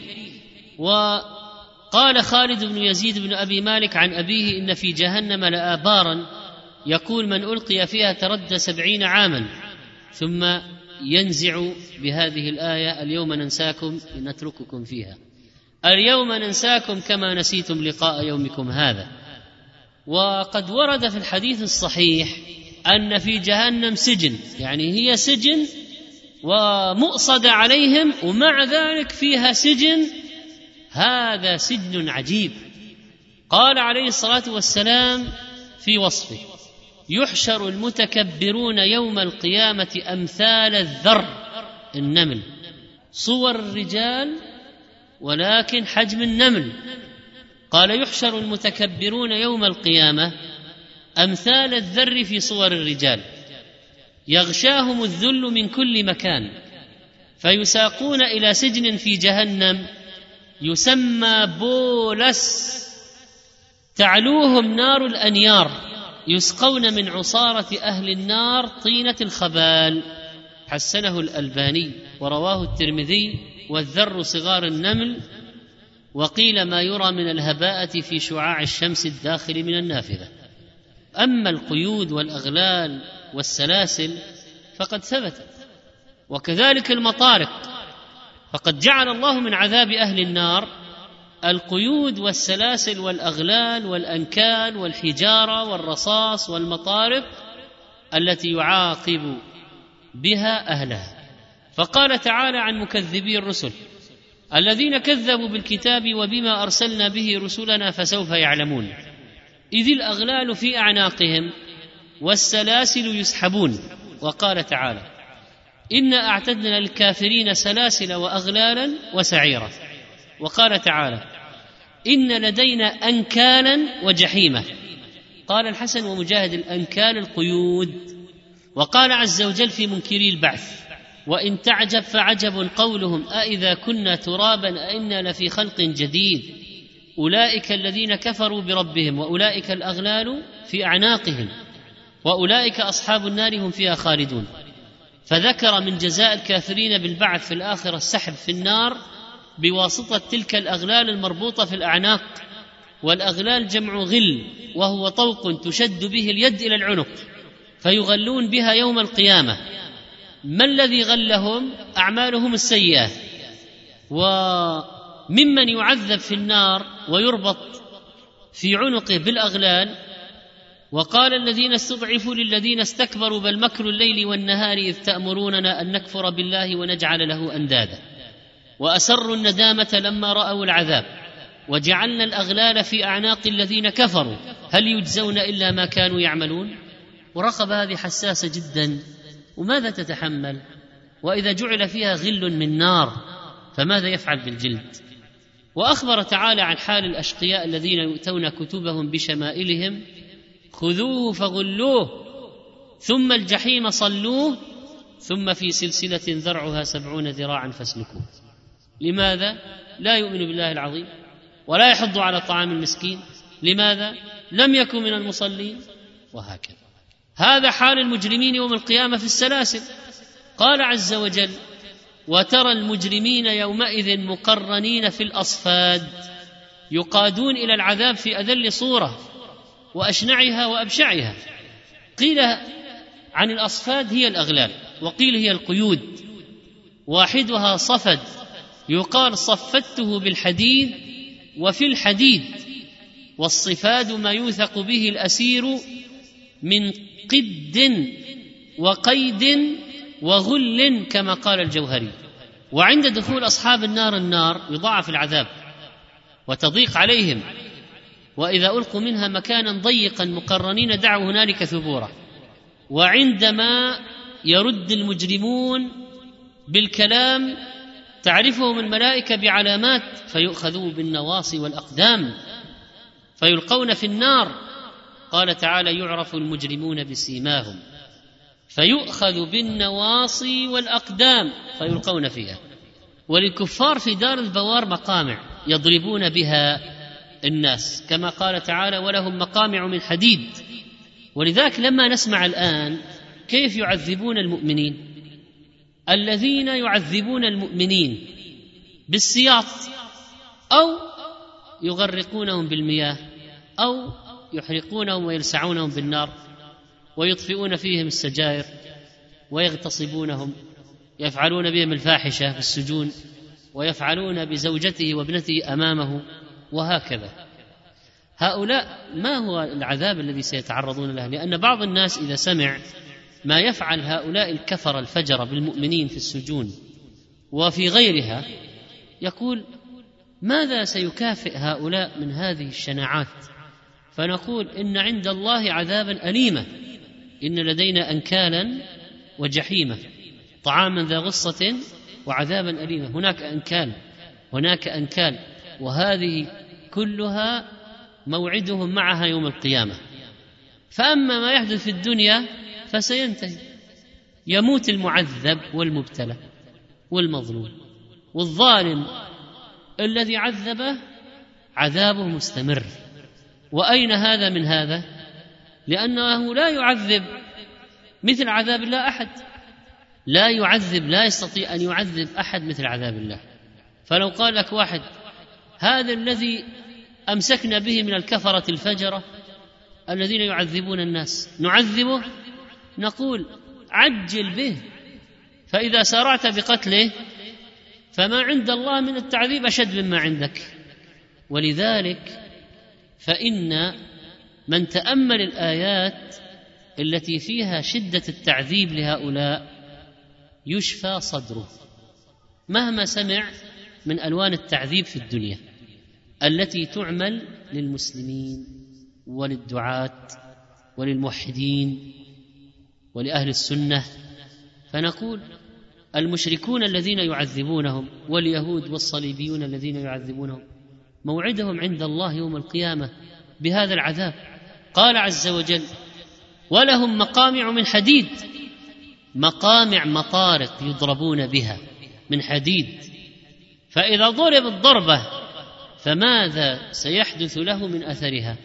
وقال خالد بن يزيد بن أبي مالك عن أبيه: إن في جهنم لآبارا يقول من ألقي فيها تردى سبعين عاما، ثم ينزع بهذه الآية: اليوم ننساكم نترككم فيها، اليوم ننساكم كما نسيتم لقاء يومكم هذا. وقد ورد في الحديث الصحيح أن في جهنم سجن، يعني هي سجن ومؤصد عليهم، ومع ذلك فيها سجن، هذا سجن عجيب. قال عليه الصلاة والسلام في وصفه: يحشر المتكبرون يوم القيامة أمثال الذر، النمل، صور الرجال ولكن حجم النمل. قال: يحشر المتكبرون يوم القيامة أمثال الذر في صور الرجال، يغشاهم الذل من كل مكان، فيساقون إلى سجن في جهنم يسمى بولس، تعلوهم نار الأنيار، يسقون من عصارة أهل النار طينة الخبال. حسنه الألباني ورواه الترمذي والذر صغار النمل، وقيل ما يرى من الهباءة في شعاع الشمس الداخل من النافذة. أما القيود والأغلال والسلاسل فقد ثبتت، وكذلك المطارق، فقد جعل الله من عذاب أهل النار القيود والسلاسل والأغلال والأنكال والحجارة والرصاص والمطارق التي يعاقب بها أهلها. فقال تعالى عن مكذبي الرسل: الذين كذبوا بالكتاب وبما أرسلنا به رسلنا فسوف يعلمون، إذ الأغلال في أعناقهم والسلاسل يسحبون. وقال تعالى: إنا أعتدنا للكافرين سلاسل وأغلالا وسعيرا. وقال تعالى: إن لدينا أنكالا وجحيما. قال الحسن ومجاهد: الأنكال القيود. وقال عز وجل في منكري البعث: وإن تعجب فعجب قولهم أإذا كنا ترابا أإنا لفي خلق جديد، أولئك الذين كفروا بربهم وأولئك الأغلال في أعناقهم وأولئك أصحاب النار هم فيها خالدون. فذكر من جزاء الكافرين بالبعث في الآخرة السحب في النار بواسطة تلك الأغلال المربوطة في الأعناق، والأغلال جمع غل، وهو طوق تشد به اليد إلى العنق فيغلون بها يوم القيامة. ما الذي غلهم؟ أعمالهم السيئة. وممن يعذب في النار ويربط في عنقه بالأغلال: وقال الذين استضعفوا للذين استكبروا بل مكر الليل والنهار إذ تأمروننا أن نكفر بالله ونجعل له أندادا وأسروا الندامة لما رأوا العذاب وجعلنا الأغلال في أعناق الذين كفروا هل يجزون إلا ما كانوا يعملون. ورقبة هذه حساسة جدا، وماذا تتحمل؟ وإذا جعل فيها غل من نار فماذا يفعل بالجلد؟ وأخبر تعالى عن حال الأشقياء الذين يؤتون كتبهم بشمائلهم: خذوه فغلوه ثم الجحيم صلوه ثم في سلسلة ذرعها سبعون ذراعا فاسلكوه. لماذا؟ لا يؤمن بالله العظيم ولا يحض على طعام المسكين. لماذا؟ لم يكن من المصلين. وهكذا هذا حال المجرمين يوم القيامة في السلاسل. قال عز وجل: وترى المجرمين يومئذ مقرنين في الأصفاد يقادون إلى العذاب في أذل صورة وأشنعها وأبشعها. قيل عن الأصفاد هي الأغلال، وقيل هي القيود. واحدها صفد، يقال صفدته بالحديد وفي الحديد. والصفاد ما يوثق به الأسير من قد وقيد وغل كما قال الجوهري. وعند دخول أصحاب النار النار يضاعف العذاب وتضيق عليهم، وإذا ألقوا منها مكانا ضيقا مقرنين دعوا هنالك ثبورا. وعندما يرد المجرمون بالكلام تعرفهم الملائكة بعلامات فيؤخذوا بالنواصي والأقدام فيلقون في النار. قال تعالى: يعرف المجرمون بسيماهم فيؤخذ بالنواصي والأقدام فيلقون فيها. وللكفار في دار البوار مقامع يضربون بها الناس، كما قال تعالى: ولهم مقامع من حديد. ولذلك لما نسمع الآن كيف يعذبون المؤمنين، الذين يعذبون المؤمنين بالسياط أو يغرقونهم بالمياه أو يحرقونهم ويلسعونهم بالنار ويطفئون فيهم السجائر ويغتصبونهم، يفعلون بهم الفاحشة في السجون ويفعلون بزوجته وابنته أمامه، وهكذا. هؤلاء ما هو العذاب الذي سيتعرضون له؟ لأن بعض الناس إذا سمع ما يفعل هؤلاء الكفر الفجر بالمؤمنين في السجون وفي غيرها يقول: ماذا سيكافئ هؤلاء من هذه الشناعات؟ فنقول: إن عند الله عذابا أليما، إن لدينا أنكالا وجحيما، طعاما ذا غصة وعذابا أليما. هناك أنكال هناك أنكال وهذه كلها موعدهم معها يوم القيامة. فأما ما يحدث في الدنيا فسينتهي، يموت المعذب والمبتلى والمظلوم، والظالم الذي عذبه عذابه مستمر. وأين هذا من هذا؟ لأنه لا يعذب مثل عذاب الله أحد، لا يعذب، لا يستطيع أن يعذب أحد مثل عذاب الله. فلو قال لك واحد هذا الذي أمسكنا به من الكفرة الفجرة الذين يعذبون الناس نعذبه، نقول عجل به، فإذا سارعت بقتله فما عند الله من التعذيب أشد مما عندك. ولذلك فإن من تأمل الآيات التي فيها شدة التعذيب لهؤلاء يشفى صدره مهما سمع من ألوان التعذيب في الدنيا التي تعمل للمسلمين وللدعاة وللموحدين ولأهل السنة. فنقول المشركون الذين يعذبونهم واليهود والصليبيون الذين يعذبونهم موعدهم عند الله يوم القيامة بهذا العذاب. قال عز وجل ولهم مقامع من حديد، مقامع مطارق يضربون بها من حديد، فإذا ضرب الضربة فماذا سيحدث له من أثرها؟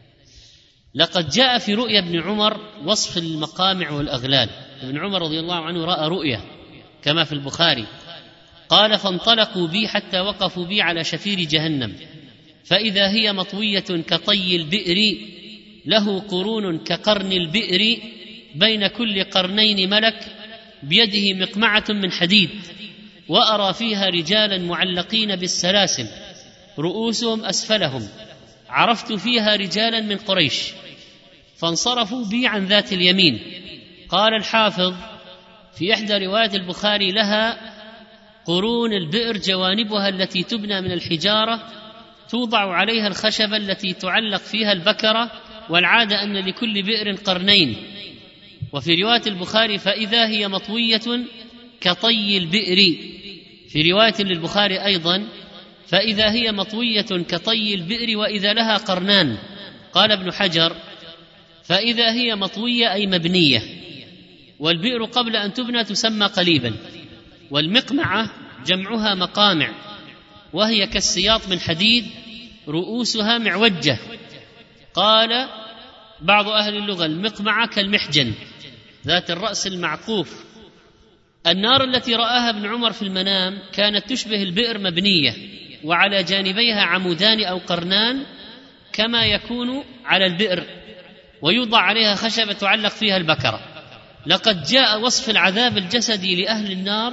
لقد جاء في رؤيا ابن عمر وصف المقامع والأغلال. ابن عمر رضي الله عنه رأى رؤيا كما في البخاري، قال فانطلقوا بي حتى وقفوا بي على شفير جهنم، فإذا هي مطوية كطي البئر له قرون كقرن البئر، بين كل قرنين ملك بيده مقمعة من حديد، وأرى فيها رجالا معلقين بالسلاسل رؤوسهم أسفلهم، عرفت فيها رجالا من قريش فانصرفوا بي عن ذات اليمين. قال الحافظ في إحدى رواية البخاري لها قرون البئر جوانبها التي تبنى من الحجارة توضع عليها الخشبة التي تعلق فيها البكرة، والعادة أن لكل بئر قرنين. وفي رواية البخاري فإذا هي مطوية كطي البئر، في رواية للبخاري أيضا فإذا هي مطوية كطي البئر وإذا لها قرنان. قال ابن حجر فإذا هي مطوية أي مبنية، والبئر قبل أن تبنى تسمى قليبا، والمقمعة جمعها مقامع وهي كالسياط من حديد رؤوسها معوجة. قال بعض أهل اللغة المقمعة كالمحجن ذات الرأس المعقوف. النار التي رآها ابن عمر في المنام كانت تشبه البئر مبنية وعلى جانبيها عمودان أو قرنان كما يكون على البئر، ويوضع عليها خشبة تعلق فيها البكرة. لقد جاء وصف العذاب الجسدي لأهل النار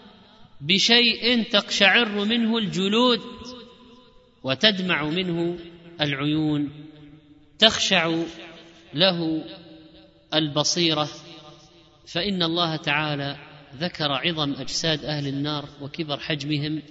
بشيء تقشعر منه الجلود وتدمع منه العيون، تخشع له البصيرة. فإن الله تعالى ذكر عظم أجساد أهل النار وكبر حجمهم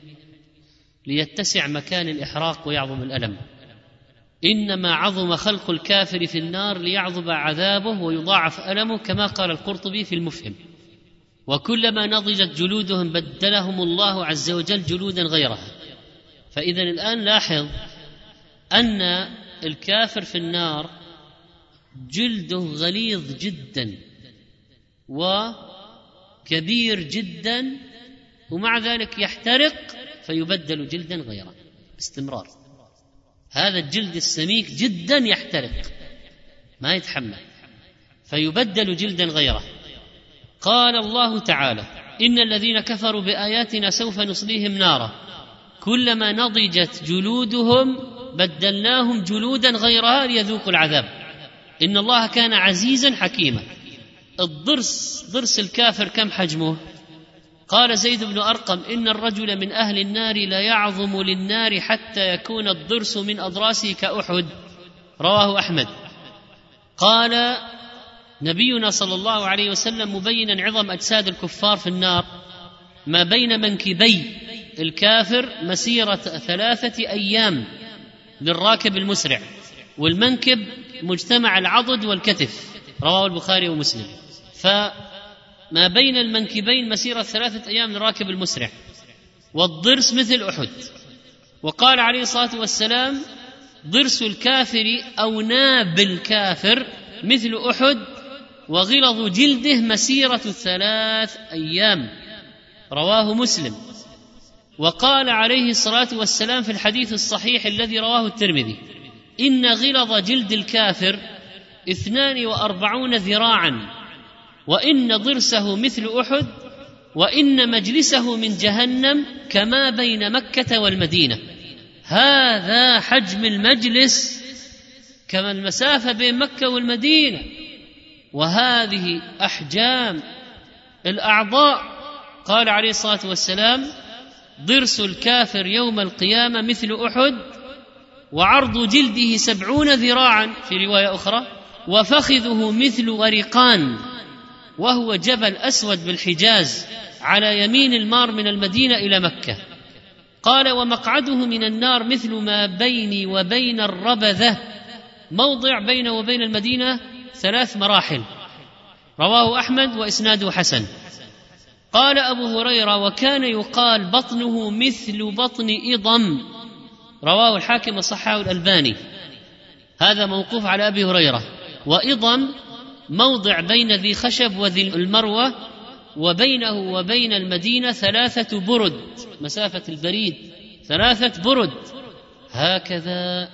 ليتسع مكان الإحراق ويعظم الألم. إنما عظم خلق الكافر في النار ليعظم عذابه ويضاعف ألمه، كما قال القرطبي في المفهم. وكلما نضجت جلودهم بدلهم الله عز وجل جلودا غيرها. فإذا الآن لاحظ أن الكافر في النار جلده غليظ جدا وكبير جدا، ومع ذلك يحترق فيبدل جلدا غيره باستمرار. هذا الجلد السميك جدا يحترق ما يتحمل فيبدل جلدا غيره. قال الله تعالى إن الذين كفروا بآياتنا سوف نصليهم نارا كلما نضجت جلودهم بدلناهم جلودا غيرها ليذوقوا العذاب إن الله كان عزيزا حكيما. الضرس ضرس الكافر كم حجمه؟ قال زيد بن أرقم إن الرجل من أهل النار لا يعظم للنار حتى يكون الضرس من أضراسه كأحد، رواه أحمد. قال نبينا صلى الله عليه وسلم مبينا عظم أجساد الكفار في النار ما بين منكبي الكافر مسيرة ثلاثة أيام للراكب المسرع، والمنكب مجتمع العضد والكتف، رواه البخاري ومسلم. فما بين المنكبين مسيرة ثلاثة أيام للراكب المسرع، والضرس مثل أحد. وقال عليه الصلاة والسلام ضرس الكافر أو ناب الكافر مثل أحد وغلظ جلده مسيرة ثلاث أيام، رواه مسلم. وقال عليه الصلاة والسلام في الحديث الصحيح الذي رواه الترمذي إن غلظ جلد الكافر اثنان وأربعون ذراعا، وإن ضرسه مثل أحد، وإن مجلسه من جهنم كما بين مكة والمدينة. هذا حجم المجلس كما المسافة بين مكة والمدينة. وهذه أحجام الأعضاء. قال عليه الصلاة والسلام: ضرس الكافر يوم القيامة مثل أحد، وعرض جلده سبعون ذراعا في رواية أخرى، وفخذه مثل ورقان، وهو جبل أسود بالحجاز على يمين المار من المدينة إلى مكة. قال: ومقعده من النار مثل ما بيني وبين الربذة، موضع بينه وبين المدينة ثلاث مراحل. رواه أحمد وإسناده حسن. قال أبو هريرة: وكان يقال بطنه مثل بطن إضم. رواه الحاكم وصححه الألباني. هذا موقوف على أبي هريرة. وإضم موضع بين ذي خشب وذي المروة، وبينه وبين المدينة ثلاثة برد، مسافة البريد ثلاثة برد. هكذا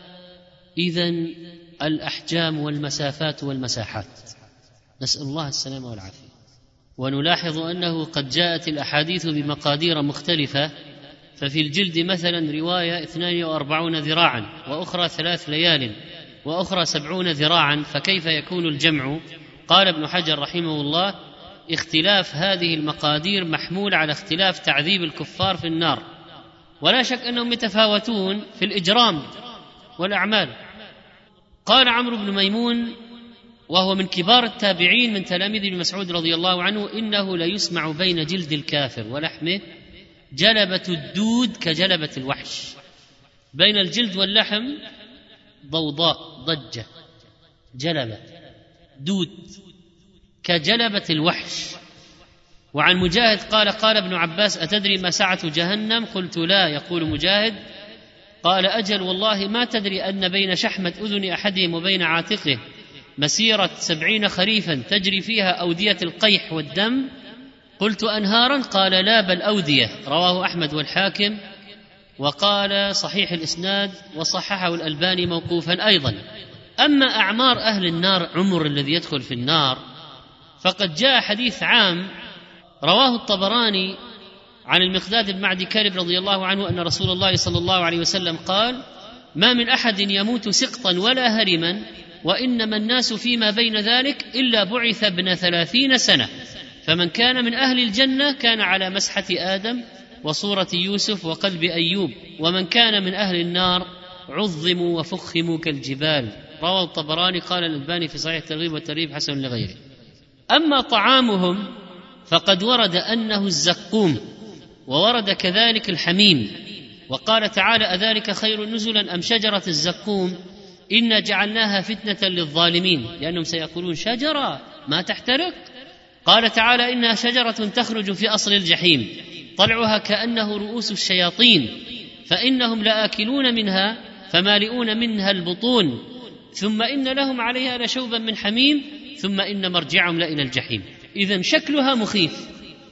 إذن الأحجام والمسافات والمساحات، نسأل الله السلامة والعافية. ونلاحظ أنه قد جاءت الأحاديث بمقادير مختلفة، ففي الجلد مثلا رواية اثنان وأربعون ذراعا، وأخرى ثلاث ليال، وأخرى سبعون ذراعا، فكيف يكون الجمع؟ قال ابن حجر رحمه الله: اختلاف هذه المقادير محمول على اختلاف تعذيب الكفار في النار، ولا شك أنهم يتفاوتون في الإجرام والأعمال. قال عمرو بن ميمون وهو من كبار التابعين من تلاميذ ابن مسعود رضي الله عنه: إنه ليسمع بين جلد الكافر ولحمه جلبة الدود كجلبة الوحش. بين الجلد واللحم ضوضاء، ضجة، جلبة، دود كجلبة الوحش. وعن مجاهد قال: قال ابن عباس: أتدري ما سعة جهنم؟ قلت: لا. يقول مجاهد: قال: أجل والله ما تدري أن بين شحمة أذن أحدهم وبين عاتقه مسيرة سبعين خريفا تجري فيها أودية القيح والدم؟ قلت: أنهارا؟ قال: لا، بل أودية. رواه أحمد والحاكم، وقال صحيح الإسناد، وصححه الألباني موقوفا أيضا. أما أعمار أهل النار، عمر الذي يدخل في النار، فقد جاء حديث عام رواه الطبراني عن المقداد بن معدي كرب رضي الله عنه أن رسول الله صلى الله عليه وسلم قال: ما من أحد يموت سقطا ولا هرما، وإنما الناس فيما بين ذلك إلا بعث ابن ثلاثين سنة، فمن كان من أهل الجنة كان على مسحة آدم وصورة يوسف وقلب أيوب، ومن كان من أهل النار عظموا وفخموا كالجبال. رواه الطبراني. قال الألباني في صحيح الترغيب والترهيب حسن لغيره. أما طعامهم فقد ورد أنه الزقوم، وورد كذلك الحميم. وقال تعالى: أذلك خير نزلا أم شجرة الزقوم إنا جعلناها فتنة للظالمين لأنهم سيقولون شجرة ما تحترق. قال تعالى: إنها شجرة تخرج في أصل الجحيم طلعها كأنه رؤوس الشياطين فإنهم لآكلون منها فمالئون منها البطون ثم إن لهم عليها لشوبا من حميم ثم إن مرجعهم لإلى الجحيم. إذن شكلها مخيف،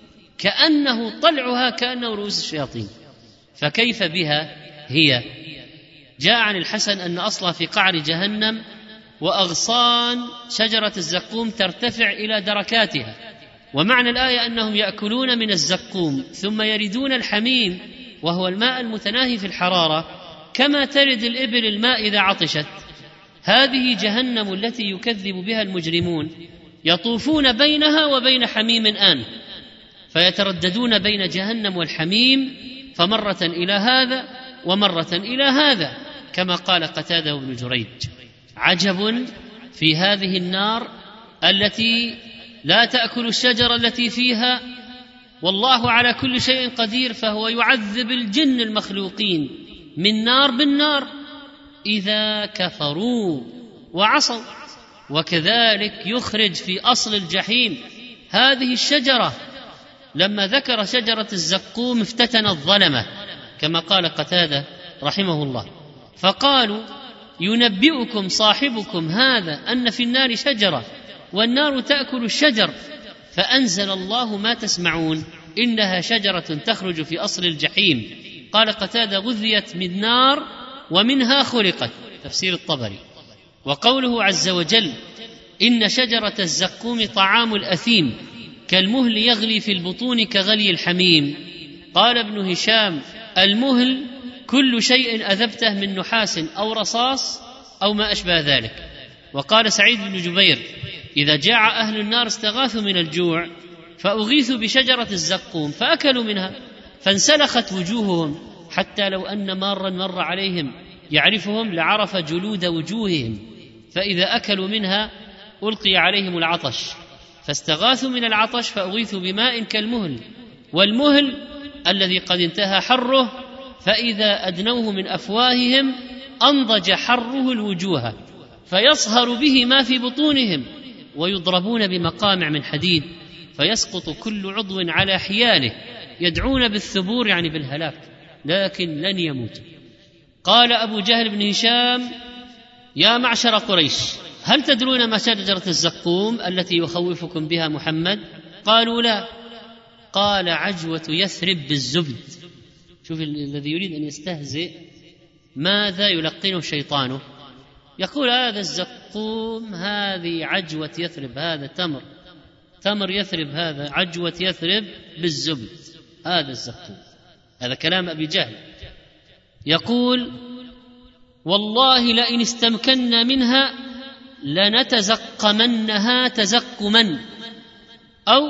كأنه طلعها كأنه رؤوس الشياطين، فكيف بها هي؟ جاء عن الحسن أن أصلها في قعر جهنم، وأغصان شجرة الزقوم ترتفع إلى دركاتها. ومعنى الآية أنهم يأكلون من الزقوم ثم يردون الحميم وهو الماء المتناهي في الحرارة كما ترد الإبل الماء إذا عطشت. هذه جهنم التي يكذب بها المجرمون، يطوفون بينها وبين حميم آن، فيترددون بين جهنم والحميم، فمرة إلى هذا ومرة إلى هذا، كما قال قتادة بن جريج: عجب في هذه النار التي لا تأكل الشجرة التي فيها، والله على كل شيء قدير، فهو يعذب الجن المخلوقين من نار بالنار إذا كفروا وعصوا. وكذلك يخرج في أصل الجحيم هذه الشجرة. لما ذكر شجرة الزقوم افتتن الظلمة كما قال قتادة رحمه الله، فقالوا: ينبئكم صاحبكم هذا أن في النار شجرة والنار تأكل الشجر، فأنزل الله: ما تسمعون إنها شجرة تخرج في أصل الجحيم. قال قتادة: غذيت من نار ومنها خلقت. تفسير الطبري. وقوله عز وجل: إن شجرة الزقوم طعام الأثيم كالمهل يغلي في البطون كغلي الحميم. قال ابن هشام: المهل كل شيء أذبته من نحاس أو رصاص أو ما أشبه ذلك. وقال سعيد بن جبير: إذا جاع أهل النار استغاثوا من الجوع فأغيثوا بشجرة الزقوم فأكلوا منها فانسلخت وجوههم، حتى لو أن مارا مر عليهم يعرفهم لعرف جلود وجوههم، فإذا أكلوا منها ألقي عليهم العطش فاستغاثوا من العطش فأغيثوا بماء كالمهل، والمهل الذي قد انتهى حره فإذا أدنوه من أفواههم أنضج حره الوجوه فيصهر به ما في بطونهم، ويضربون بمقامع من حديد فيسقط كل عضو على حياله، يدعون بالثبور يعني بالهلاك لكن لن يموتوا. قال أبو جهل بن هشام: يا معشر قريش، هل تدرون ما شجرة الزقوم التي يخوفكم بها محمد؟ قالوا: لا. قال: عجوة يثرب بالزبد. شوف الذي يريد أن يستهزئ ماذا يلقنه شيطانه، يقول: هذا الزقوم، هذه عجوة يثرب، هذا تمر تمر يثرب، هذا عجوة يثرب بالزبد، هذا الزقوم. هذا كلام أبي جهل. يقول: والله لئن استمكنا منها لنتزقمنها تزقما أو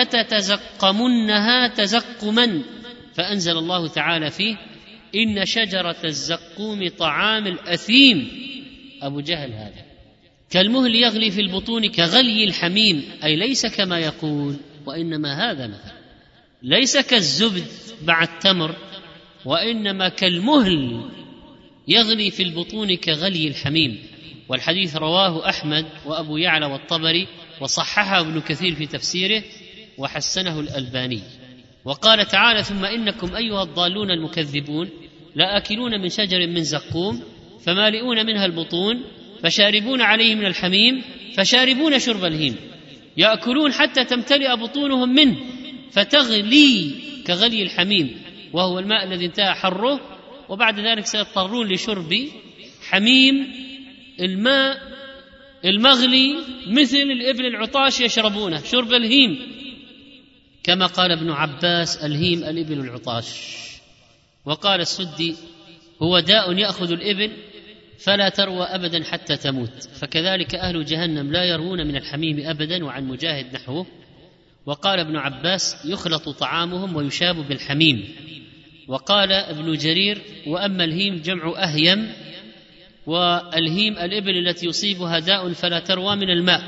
لتتزقمنها تزقما، فأنزل الله تعالى فيه: إن شجرة الزقوم طعام الأثيم. أبو جهل هذا كالمهل يغلي في البطون كغلي الحميم، أي ليس كما يقول، وإنما هذا مثل، ليس كالزبد مع التمر، وإنما كالمهل يغلي في البطون كغلي الحميم. والحديث رواه أحمد وأبو يعلى والطبري، وصححه ابن كثير في تفسيره وحسنه الألباني. وقال تعالى: ثم إنكم أيها الضالون المكذبون لآكلون من شجر من زقوم فمالئون منها البطون فشاربون عليه من الحميم فشاربون شرب الهيم يأكلون حتى تمتلئ بطونهم منه فتغلي كغلي الحميم، وهو الماء الذي انتهى حره، وبعد ذلك سيضطرون لشرب حميم، الماء المغلي مثل الإبل العطاش يشربونه، شرب الهيم، كما قال ابن عباس: الهيم الإبل العطاش. وقال السدي: هو داء يأخذ الإبل فلا تروى أبدا حتى تموت، فكذلك أهل جهنم لا يروون من الحميم أبدا. وعن مجاهد نحوه. وقال ابن عباس: يخلط طعامهم ويشاب بالحميم. وقال ابن جرير: وأما الهيم جمع أهيم، والهيم الإبل التي يصيبها داء فلا تروى من الماء.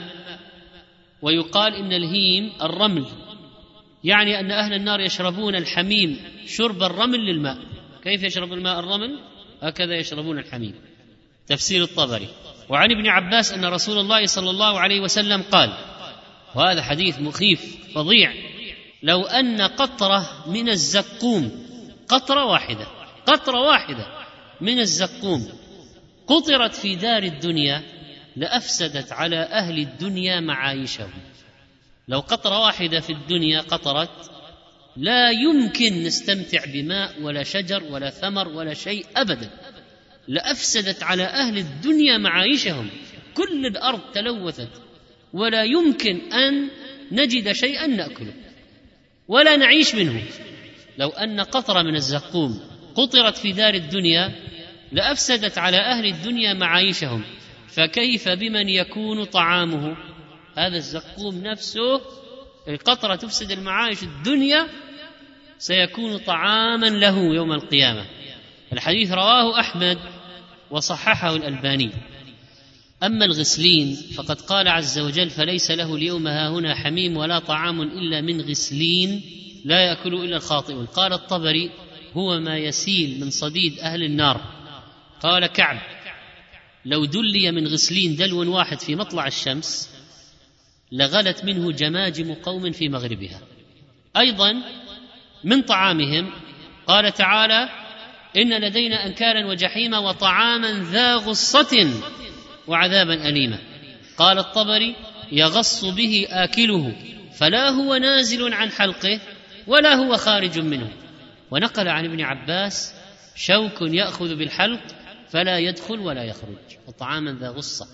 ويقال إن الهيم الرمل، يعني أن أهل النار يشربون الحميم شرب الرمل للماء. كيف يشرب الماء الرمل؟ هكذا يشربون الحميم. تفسير الطبري. وعن ابن عباس أن رسول الله صلى الله عليه وسلم قال، وهذا حديث مخيف فظيع: لو أن قطرة من الزقوم، قطرة واحدة قطرة واحدة من الزقوم قطرت في دار الدنيا لأفسدت على أهل الدنيا معايشهم. لو قطرة واحدة في الدنيا قطرت لا يمكن نستمتع بماء ولا شجر ولا ثمر ولا شيء أبدا، لأفسدت على أهل الدنيا معايشهم، كل الأرض تلوثت ولا يمكن أن نجد شيئا نأكله ولا نعيش منه. لو أن قطرة من الزقوم قطرت في دار الدنيا لأفسدت على أهل الدنيا معايشهم، فكيف بمن يكون طعامه؟ هذا الزقوم نفسه القطرة تفسد المعايش الدنيا، سيكون طعاما له يوم القيامة. الحديث رواه أحمد وصححه الألباني. أما الغسلين فقد قال عز وجل: فليس له اليوم هاهنا حميم ولا طعام إلا من غسلين لا يأكل إلا الخاطئون. قال الطبري: هو ما يسيل من صديد أهل النار. قال كعب: لو دلي من غسلين دلو واحد في مطلع الشمس لغلت منه جماجم قوم في مغربها. أيضا من طعامهم قال تعالى: إن لدينا أنكالا وجحيما وطعاما ذا غصة وعذابا أليما. قال الطبري: يغص به آكله فلا هو نازل عن حلقه ولا هو خارج منه. ونقل عن ابن عباس: شوك يأخذ بالحلق فلا يدخل ولا يخرج، وطعاما ذا غصة.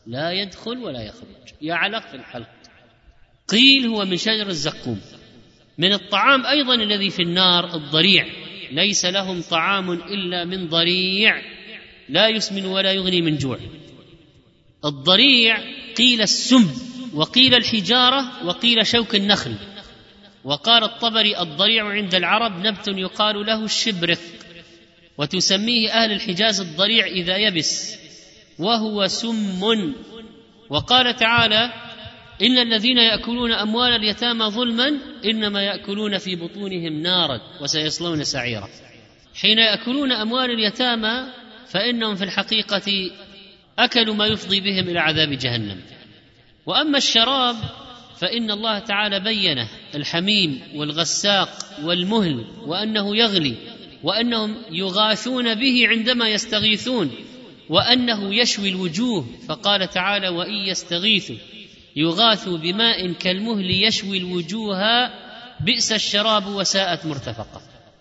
لا يدخل ولا يخرج، يعلق في الحلق. قيل هو من شجر الزقوم. من الطعام أيضا الذي في النار الضريع، ليس لهم طعام إلا من ضريع لا يسمن ولا يغني من جوع. الضريع قيل السم، وقيل الحجارة، وقيل شوك النخل. وقال الطبري: الضريع عند العرب نبت يقال له الشبرق، وتسميه أهل الحجاز الضريع إذا يبس، وهو سم. وقال تعالى: إن الذين يأكلون أموال اليتامى ظلما إنما يأكلون في بطونهم نارا وسيصلون سعيرا. حين يأكلون أموال اليتامى فإنهم في الحقيقة أكلوا ما يفضي بهم إلى عذاب جهنم. وأما الشراب فإن الله تعالى بينه: الحميم والغساق والمهل، وأنه يغلي، وأنهم يغاثون به عندما يستغيثون، وأنه يشوي الوجوه. فقال تعالى: وإن يستغيثوا يغاثوا بماء كالمهل يشوي الوجوه بئس الشراب وساءت مرتفقة.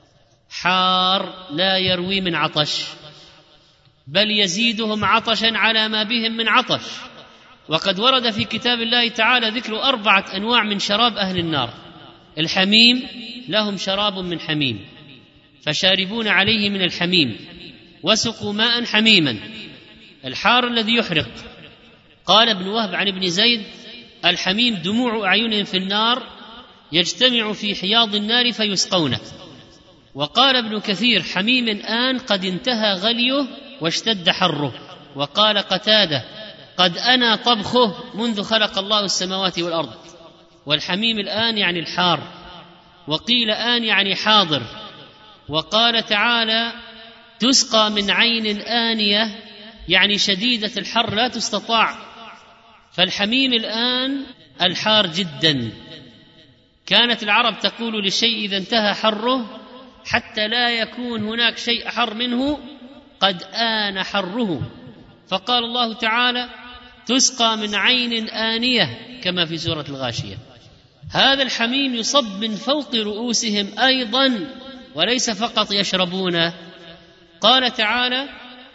حار لا يروي من عطش، بل يزيدهم عطشا على ما بهم من عطش. وقد ورد في كتاب الله تعالى ذكر أربعة أنواع من شراب أهل النار. الحميم لهم شراب من حميم فشاربون عليه من الحميم، وسقوا ماء حميما. الحار الذي يحرق. قال ابن وهب عن ابن زيد: الحميم دموع أعينهم في النار يجتمع في حياض النار فيسقونه. وقال ابن كثير: حميم آن قد انتهى غليه واشتد حره. وقال قتادة: قد أنا طبخه منذ خلق الله السماوات والأرض. والحميم الآن يعني الحار، وقيل آن يعني حاضر. وقال تعالى: تسقى من عين آنية، يعني شديدة الحر لا تستطاع. فالحميم الآن الحار جدا. كانت العرب تقول للشيء إذا انتهى حره حتى لا يكون هناك شيء أحر منه: قد آن حره. فقال الله تعالى: تسقى من عين آنية، كما في سورة الغاشية. هذا الحميم يصب من فوق رؤوسهم أيضا، وليس فقط يشربونه. قال تعالى: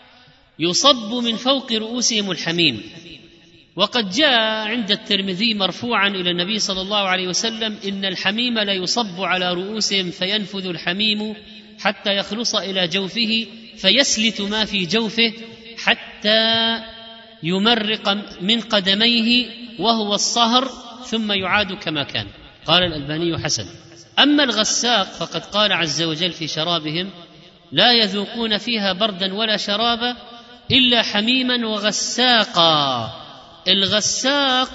يصب من فوق رؤوسهم الحميم. وقد جاء عند الترمذي مرفوعا إلى النبي صلى الله عليه وسلم: إن الحميم لا يصب على رؤوسهم فينفذ الحميم حتى يخلص إلى جوفه فيسلت ما في جوفه حتى يمرق من قدميه وهو الصهر ثم يعاد كما كان. قال الألباني: حسن. أما الغساق فقد قال عز وجل في شرابهم: لا يذوقون فيها بردا ولا شرابا إلا حميما وغساقا. الغساق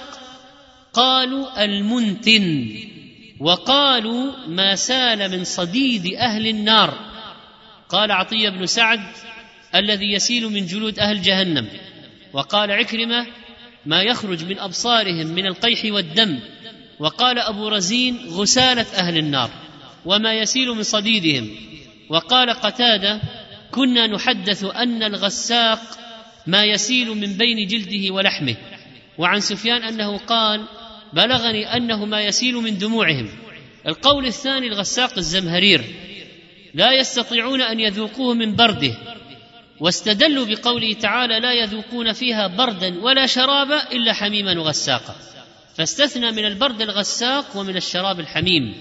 قالوا المنتن، وقالوا ما سال من صديد أهل النار. قال عطية بن سعد: الذي يسيل من جلود أهل جهنم. وقال عكرمة: ما يخرج من أبصارهم من القيح والدم. وقال أبو رزين: غسالة أهل النار وما يسيل من صديدهم. وقال قتادة: كنا نحدث أن الغساق ما يسيل من بين جلده ولحمه. وعن سفيان أنه قال: بلغني أنه ما يسيل من دموعهم. القول الثاني: الغساق الزمهرير، لا يستطيعون أن يذوقوه من برده، واستدلوا بقوله تعالى: لا يذوقون فيها بردا ولا شرابا إلا حميما وغساقا، فاستثنى من البرد الغساق ومن الشراب الحميم.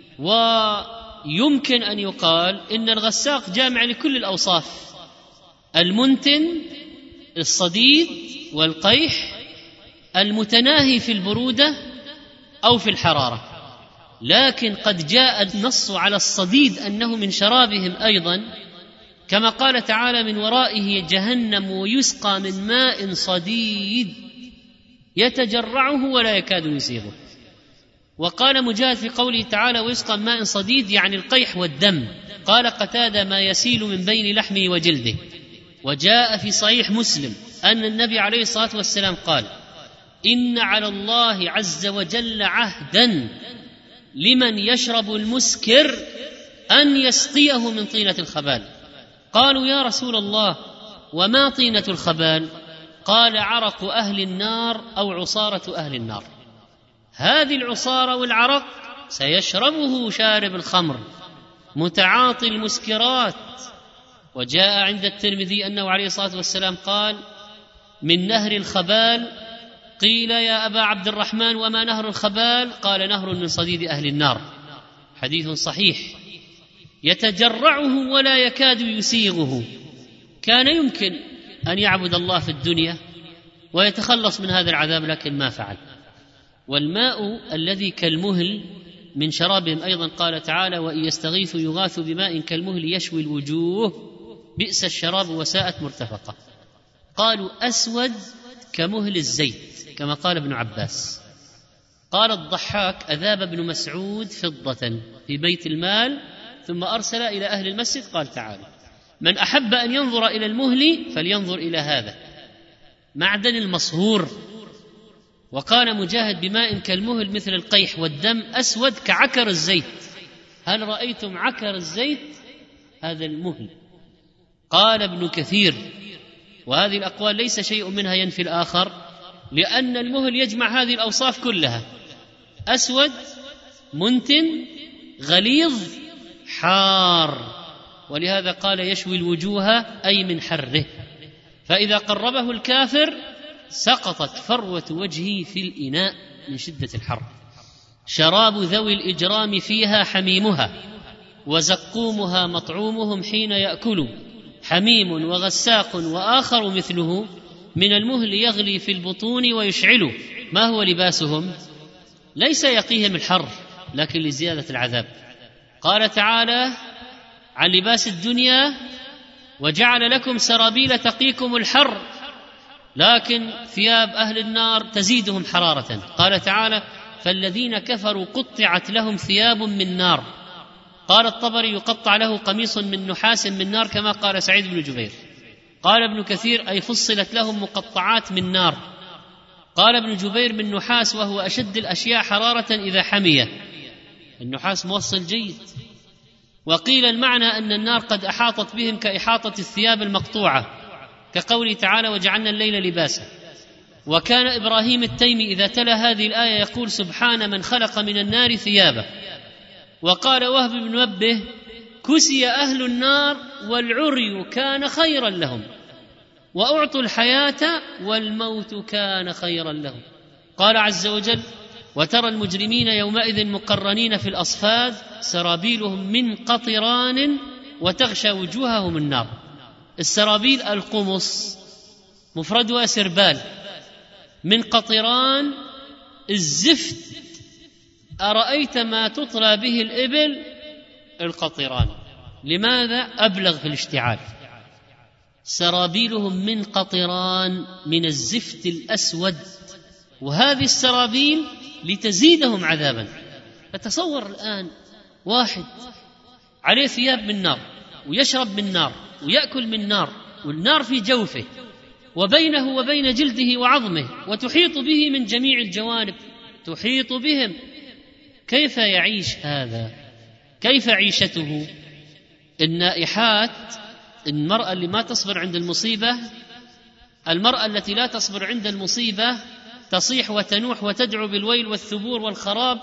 ويمكن أن يقال إن الغساق جامع لكل الأوصاف: المنتن، الصديد والقيح، المتناهي في البرودة أو في الحرارة. لكن قد جاء النص على الصديد أنه من شرابهم أيضا، كما قال تعالى: من ورائه جهنم ويسقى من ماء صديد يتجرعه ولا يكاد يسيغه. وقال مجاهد في قوله تعالى: ويسقى من ماء صديد يعني القيح والدم. قال قتادة: ما يسيل من بين لحمه وجلده. وجاء في صحيح مسلم أن النبي عليه الصلاة والسلام قال: إن على الله عز وجل عهدا لمن يشرب المسكر أن يسقيه من طينة الخبال. قالوا: يا رسول الله، وما طينة الخبال؟ قال: عرق أهل النار أو عصارة أهل النار. هذه العصارة والعرق سيشربه شارب الخمر متعاطي المسكرات. وجاء عند الترمذي أنه عليه الصلاة والسلام قال: من نهر الخبال. قيل يا أبا عبد الرحمن وما نهر الخبال؟ قال نهر من صديد أهل النار. حديث صحيح. يتجرعه ولا يكاد يسيغه. كان يمكن أن يعبد الله في الدنيا ويتخلص من هذا العذاب، لكن ما فعل. والماء الذي كالمهل من شرابهم أيضا قال تعالى وإن يستغيثوا يغاثوا بماء كالمهل يشوي الوجوه بئس الشراب وساءت مرتفقة. قالوا أسود كمهل الزيت كما قال ابن عباس. قال الضحاك أذاب ابن مسعود فضة في بيت المال ثم أرسل إلى أهل المسجد قال تعالى من أحب أن ينظر إلى المهل فلينظر إلى هذا معدن المصهور. وقال مجاهد بماء كالمهل مثل القيح والدم أسود كعكر الزيت. هل رأيتم عكر الزيت؟ هذا المهل. قال ابن كثير وهذه الأقوال ليس شيء منها ينفي الآخر، لأن المهل يجمع هذه الأوصاف كلها: أسود منتن غليظ حار، ولهذا قال يشوي الوجوه أي من حره. فإذا قربه الكافر سقطت فروة وجهه في الإناء من شدة الحر. شراب ذوي الإجرام فيها حميمها وزقومها مطعومهم حين يأكلوا حميم وغساق وآخر مثله من المهل يغلي في البطون ويشعل. ما هو لباسهم؟ ليس يقيهم الحر لكن لزيادة العذاب. قال تعالى عن لباس الدنيا وجعل لكم سرابيل تقيكم الحر، لكن ثياب أهل النار تزيدهم حرارة. قال تعالى فالذين كفروا قطعت لهم ثياب من نار. قال الطبري يقطع له قميص من نحاس من نار كما قال سعيد بن جبير. قال ابن كثير أي فصلت لهم مقطعات من نار. قال ابن جبير من نحاس وهو أشد الأشياء حرارة إذا حمي. النحاس موصل جيد. وقيل المعنى أن النار قد أحاطت بهم كإحاطة الثياب المقطوعة كقوله تعالى وجعلنا الليل لباسا. وكان إبراهيم التيمي إذا تلا هذه الآية يقول سبحان من خلق من النار ثيابا. وقال وهب بن منبه كسي أهل النار والعري كان خيرا لهم وأعطوا الحياة والموت كان خيرا لهم. قال عز وجل وترى المجرمين يومئذ مقرنين في الأصفاد سرابيلهم من قطران وتغشى وجوههم النار. السرابيل القمص مفردها سربال، من قطران الزفت. أرأيت ما تطلى به الإبل؟ القطران. لماذا؟ أبلغ في الاشتعال. سرابيلهم من قطران من الزفت الأسود، وهذه السرابيل لتزيدهم عذابا. فتصور الآن واحد عليه ثياب من نار ويشرب من نار ويأكل من نار والنار في جوفه وبينه وبين جلده وعظمه وتحيط به من جميع الجوانب، تحيط بهم. كيف يعيش هذا؟ كيف عيشته؟ النائحات، المرأة اللي ما تصبر عند المصيبة، المرأة التي لا تصبر عند المصيبة تصيح وتنوح وتدعو بالويل والثبور والخراب،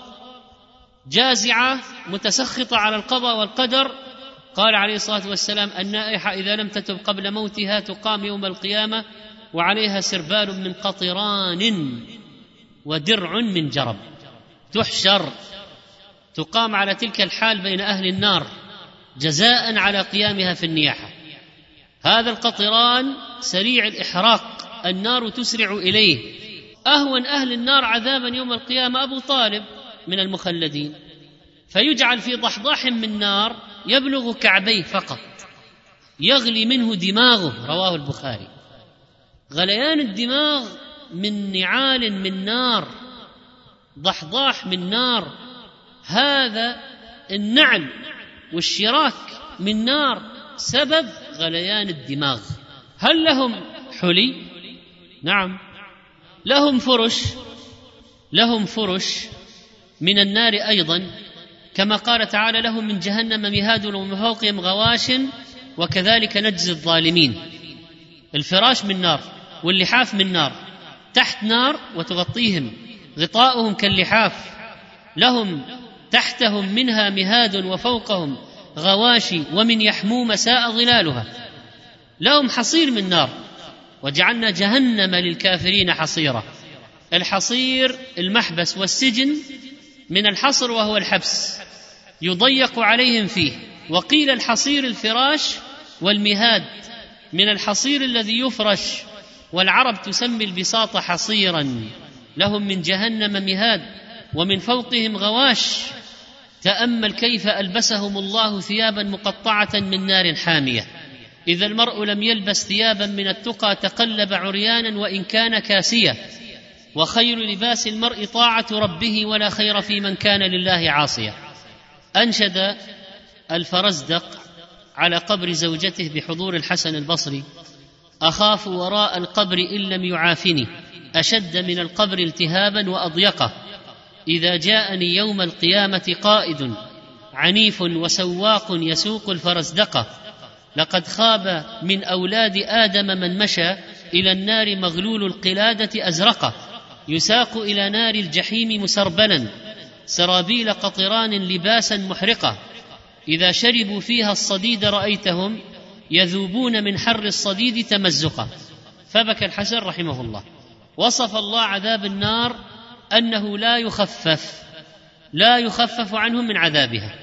جازعة متسخطة على القضاء والقدر. قال عليه الصلاة والسلام النائحة إذا لم تتب قبل موتها تقام يوم القيامة وعليها سربال من قطران ودرع من جرب، تحشر تقام على تلك الحال بين أهل النار جزاء على قيامها في النياحة. هذا القطران سريع الإحراق، النار تسرع إليه. أهون أهل النار عذابا يوم القيامة أبو طالب من المخلدين، فيجعل في ضحضاح من نار يبلغ كعبيه فقط، يغلي منه دماغه. رواه البخاري. غليان الدماغ من نعال من نار، ضحضاح من نار. هذا النعل والشراك من نار سبب غليان الدماغ. هل لهم حلي؟ نعم، لهم فرش، لهم فرش من النار أيضا، كما قال تعالى لهم من جهنم مهاد ومن فوقهم غواش وكذلك نجزي الظالمين. الفراش من نار واللحاف من نار، تحت نار وتغطيهم، غطاؤهم كاللحاف. لهم تحتهم منها مهاد وفوقهم غواشي ومن يحموم ساء ظلالها. لهم حصير من نار وجعلنا جهنم للكافرين حصيرا. الحصير المحبس والسجن من الحصر وهو الحبس، يضيق عليهم فيه. وقيل الحصير الفراش والمهاد، من الحصير الذي يفرش، والعرب تسمي البساط حصيرا. لهم من جهنم مهاد ومن فوقهم غواش. تأمل كيف ألبسهم الله ثيابا مقطعة من نار حامية. إذا المرء لم يلبس ثيابا من التقى تقلب عريانا وإن كان كاسيا. وخير لباس المرء طاعة ربه، ولا خير في من كان لله عاصيا. أنشد الفرزدق على قبر زوجته بحضور الحسن البصري: أخاف وراء القبر إن لم يعافني، أشد من القبر التهابا وأضيقه. إذا جاءني يوم القيامة قائد عنيف وسواق يسوق الفرزدقة، لقد خاب من أولاد آدم من مشى إلى النار مغلول القلادة أزرقه، يساق إلى نار الجحيم مسربلا، سرابيل قطران لباسا محرقة. إذا شربوا فيها الصديد رأيتهم يذوبون من حر الصديد تمزقا. فبكى الحسن رحمه الله. وصف الله عذاب النار أنه لا يخفف لا يخفف عنهم من عذابها،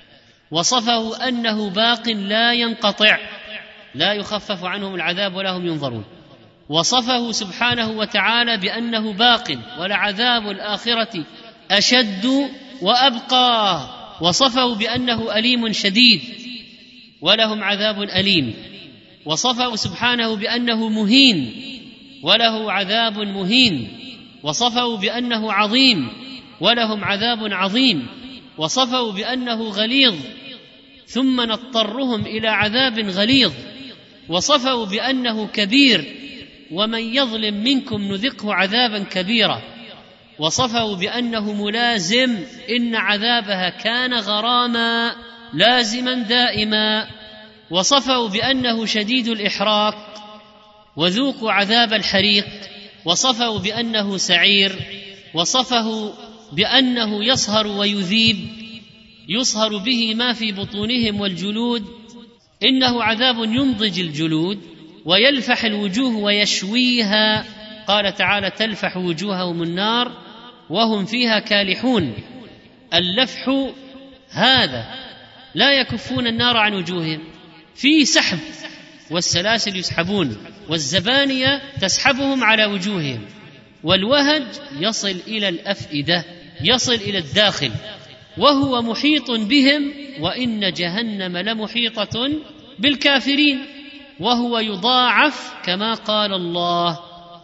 وصفه أنه باق لا ينقطع، لا يخفف عنهم العذاب ولا هم ينظرون. وصفه سبحانه وتعالى بأنه باق، ولعذاب الآخرة أشد وأبقى. وصفه بأنه أليم شديد، ولهم عذاب أليم. وصفه سبحانه بأنه مهين، وله عذاب مهين. وصفه بأنه عظيم، ولهم عذاب عظيم. وصفه بأنه غليظ، ثم نضطرهم إلى عذاب غليظ. وصفه بأنه كبير، ومن يظلم منكم نذقه عذابا كبيرا. وصفه بأنه ملازم، إن عذابها كان غراما لازما دائما. وصفه بأنه شديد الإحراق، وذوقوا عذاب الحريق. وصفه بأنه سعير. وصفه بأنه يصهر ويذيب، يصهر به ما في بطونهم والجلود. إنه عذاب ينضج الجلود ويلفح الوجوه ويشويها. قال تعالى: تلفح وجوههم النار وهم فيها كالحون. اللفح هذا لا يكفون النار عن وجوههم، في سحب، والسلاسل يسحبون، والزبانية تسحبهم على وجوههم، والوهج يصل إلى الأفئدة، يصل إلى الداخل، وهو محيط بهم. وإن جهنم لمحيطة بالكافرين، وهو يضاعف كما قال الله: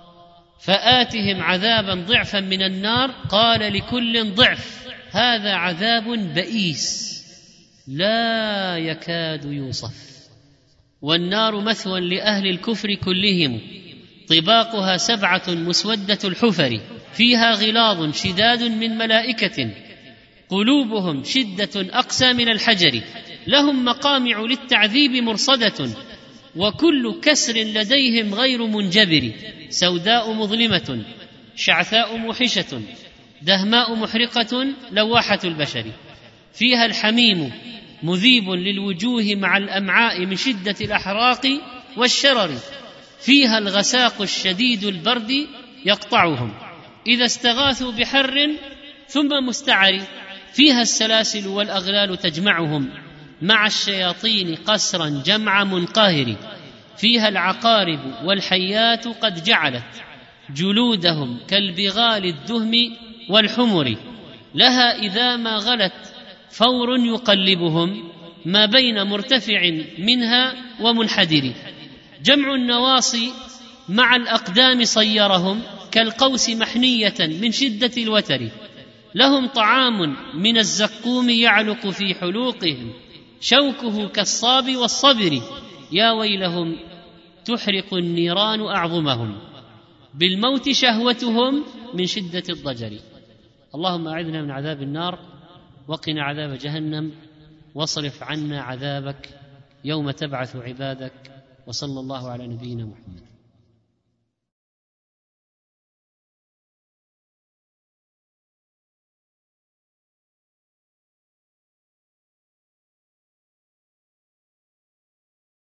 فآتهم عذابا ضعفا من النار قال لكل ضعف. هذا عذاب بئيس لا يكاد يوصف. والنار مثوى لأهل الكفر كلهم، طباقها سبعة مسودة الحفر، فيها غلاظ شداد من ملائكة، قلوبهم شدة أقسى من الحجر، لهم مقامع للتعذيب مرصدة، وكل كسر لديهم غير منجبر، سوداء مظلمة شعثاء موحشة دهماء محرقة لواحة البشر، فيها الحميم مذيب للوجوه مع الأمعاء من شدة الأحراق والشرر، فيها الغساق الشديد البرد يقطعهم إذا استغاثوا بحر ثم مستعر، فيها السلاسل والأغلال تجمعهم مع الشياطين قسرا جمع منقهر، فيها العقارب والحيات قد جعلت جلودهم كالبغال الدهم والحمر، لها إذا ما غلت فور يقلبهم ما بين مرتفع منها ومنحدر، جمع النواصي مع الأقدام صيرهم كالقوس محنية من شدة الوتر، لهم طعام من الزقوم يعلق في حلوقهم شوكه كالصاب والصبر، يا ويلهم تحرق النيران أعظمهم، بالموت شهوتهم من شدة الضجر. اللهم أعذنا من عذاب النار، وقنا عذاب جهنم، واصرف عنا عذابك يوم تبعث عبادك. وصلى الله على نبينا محمد.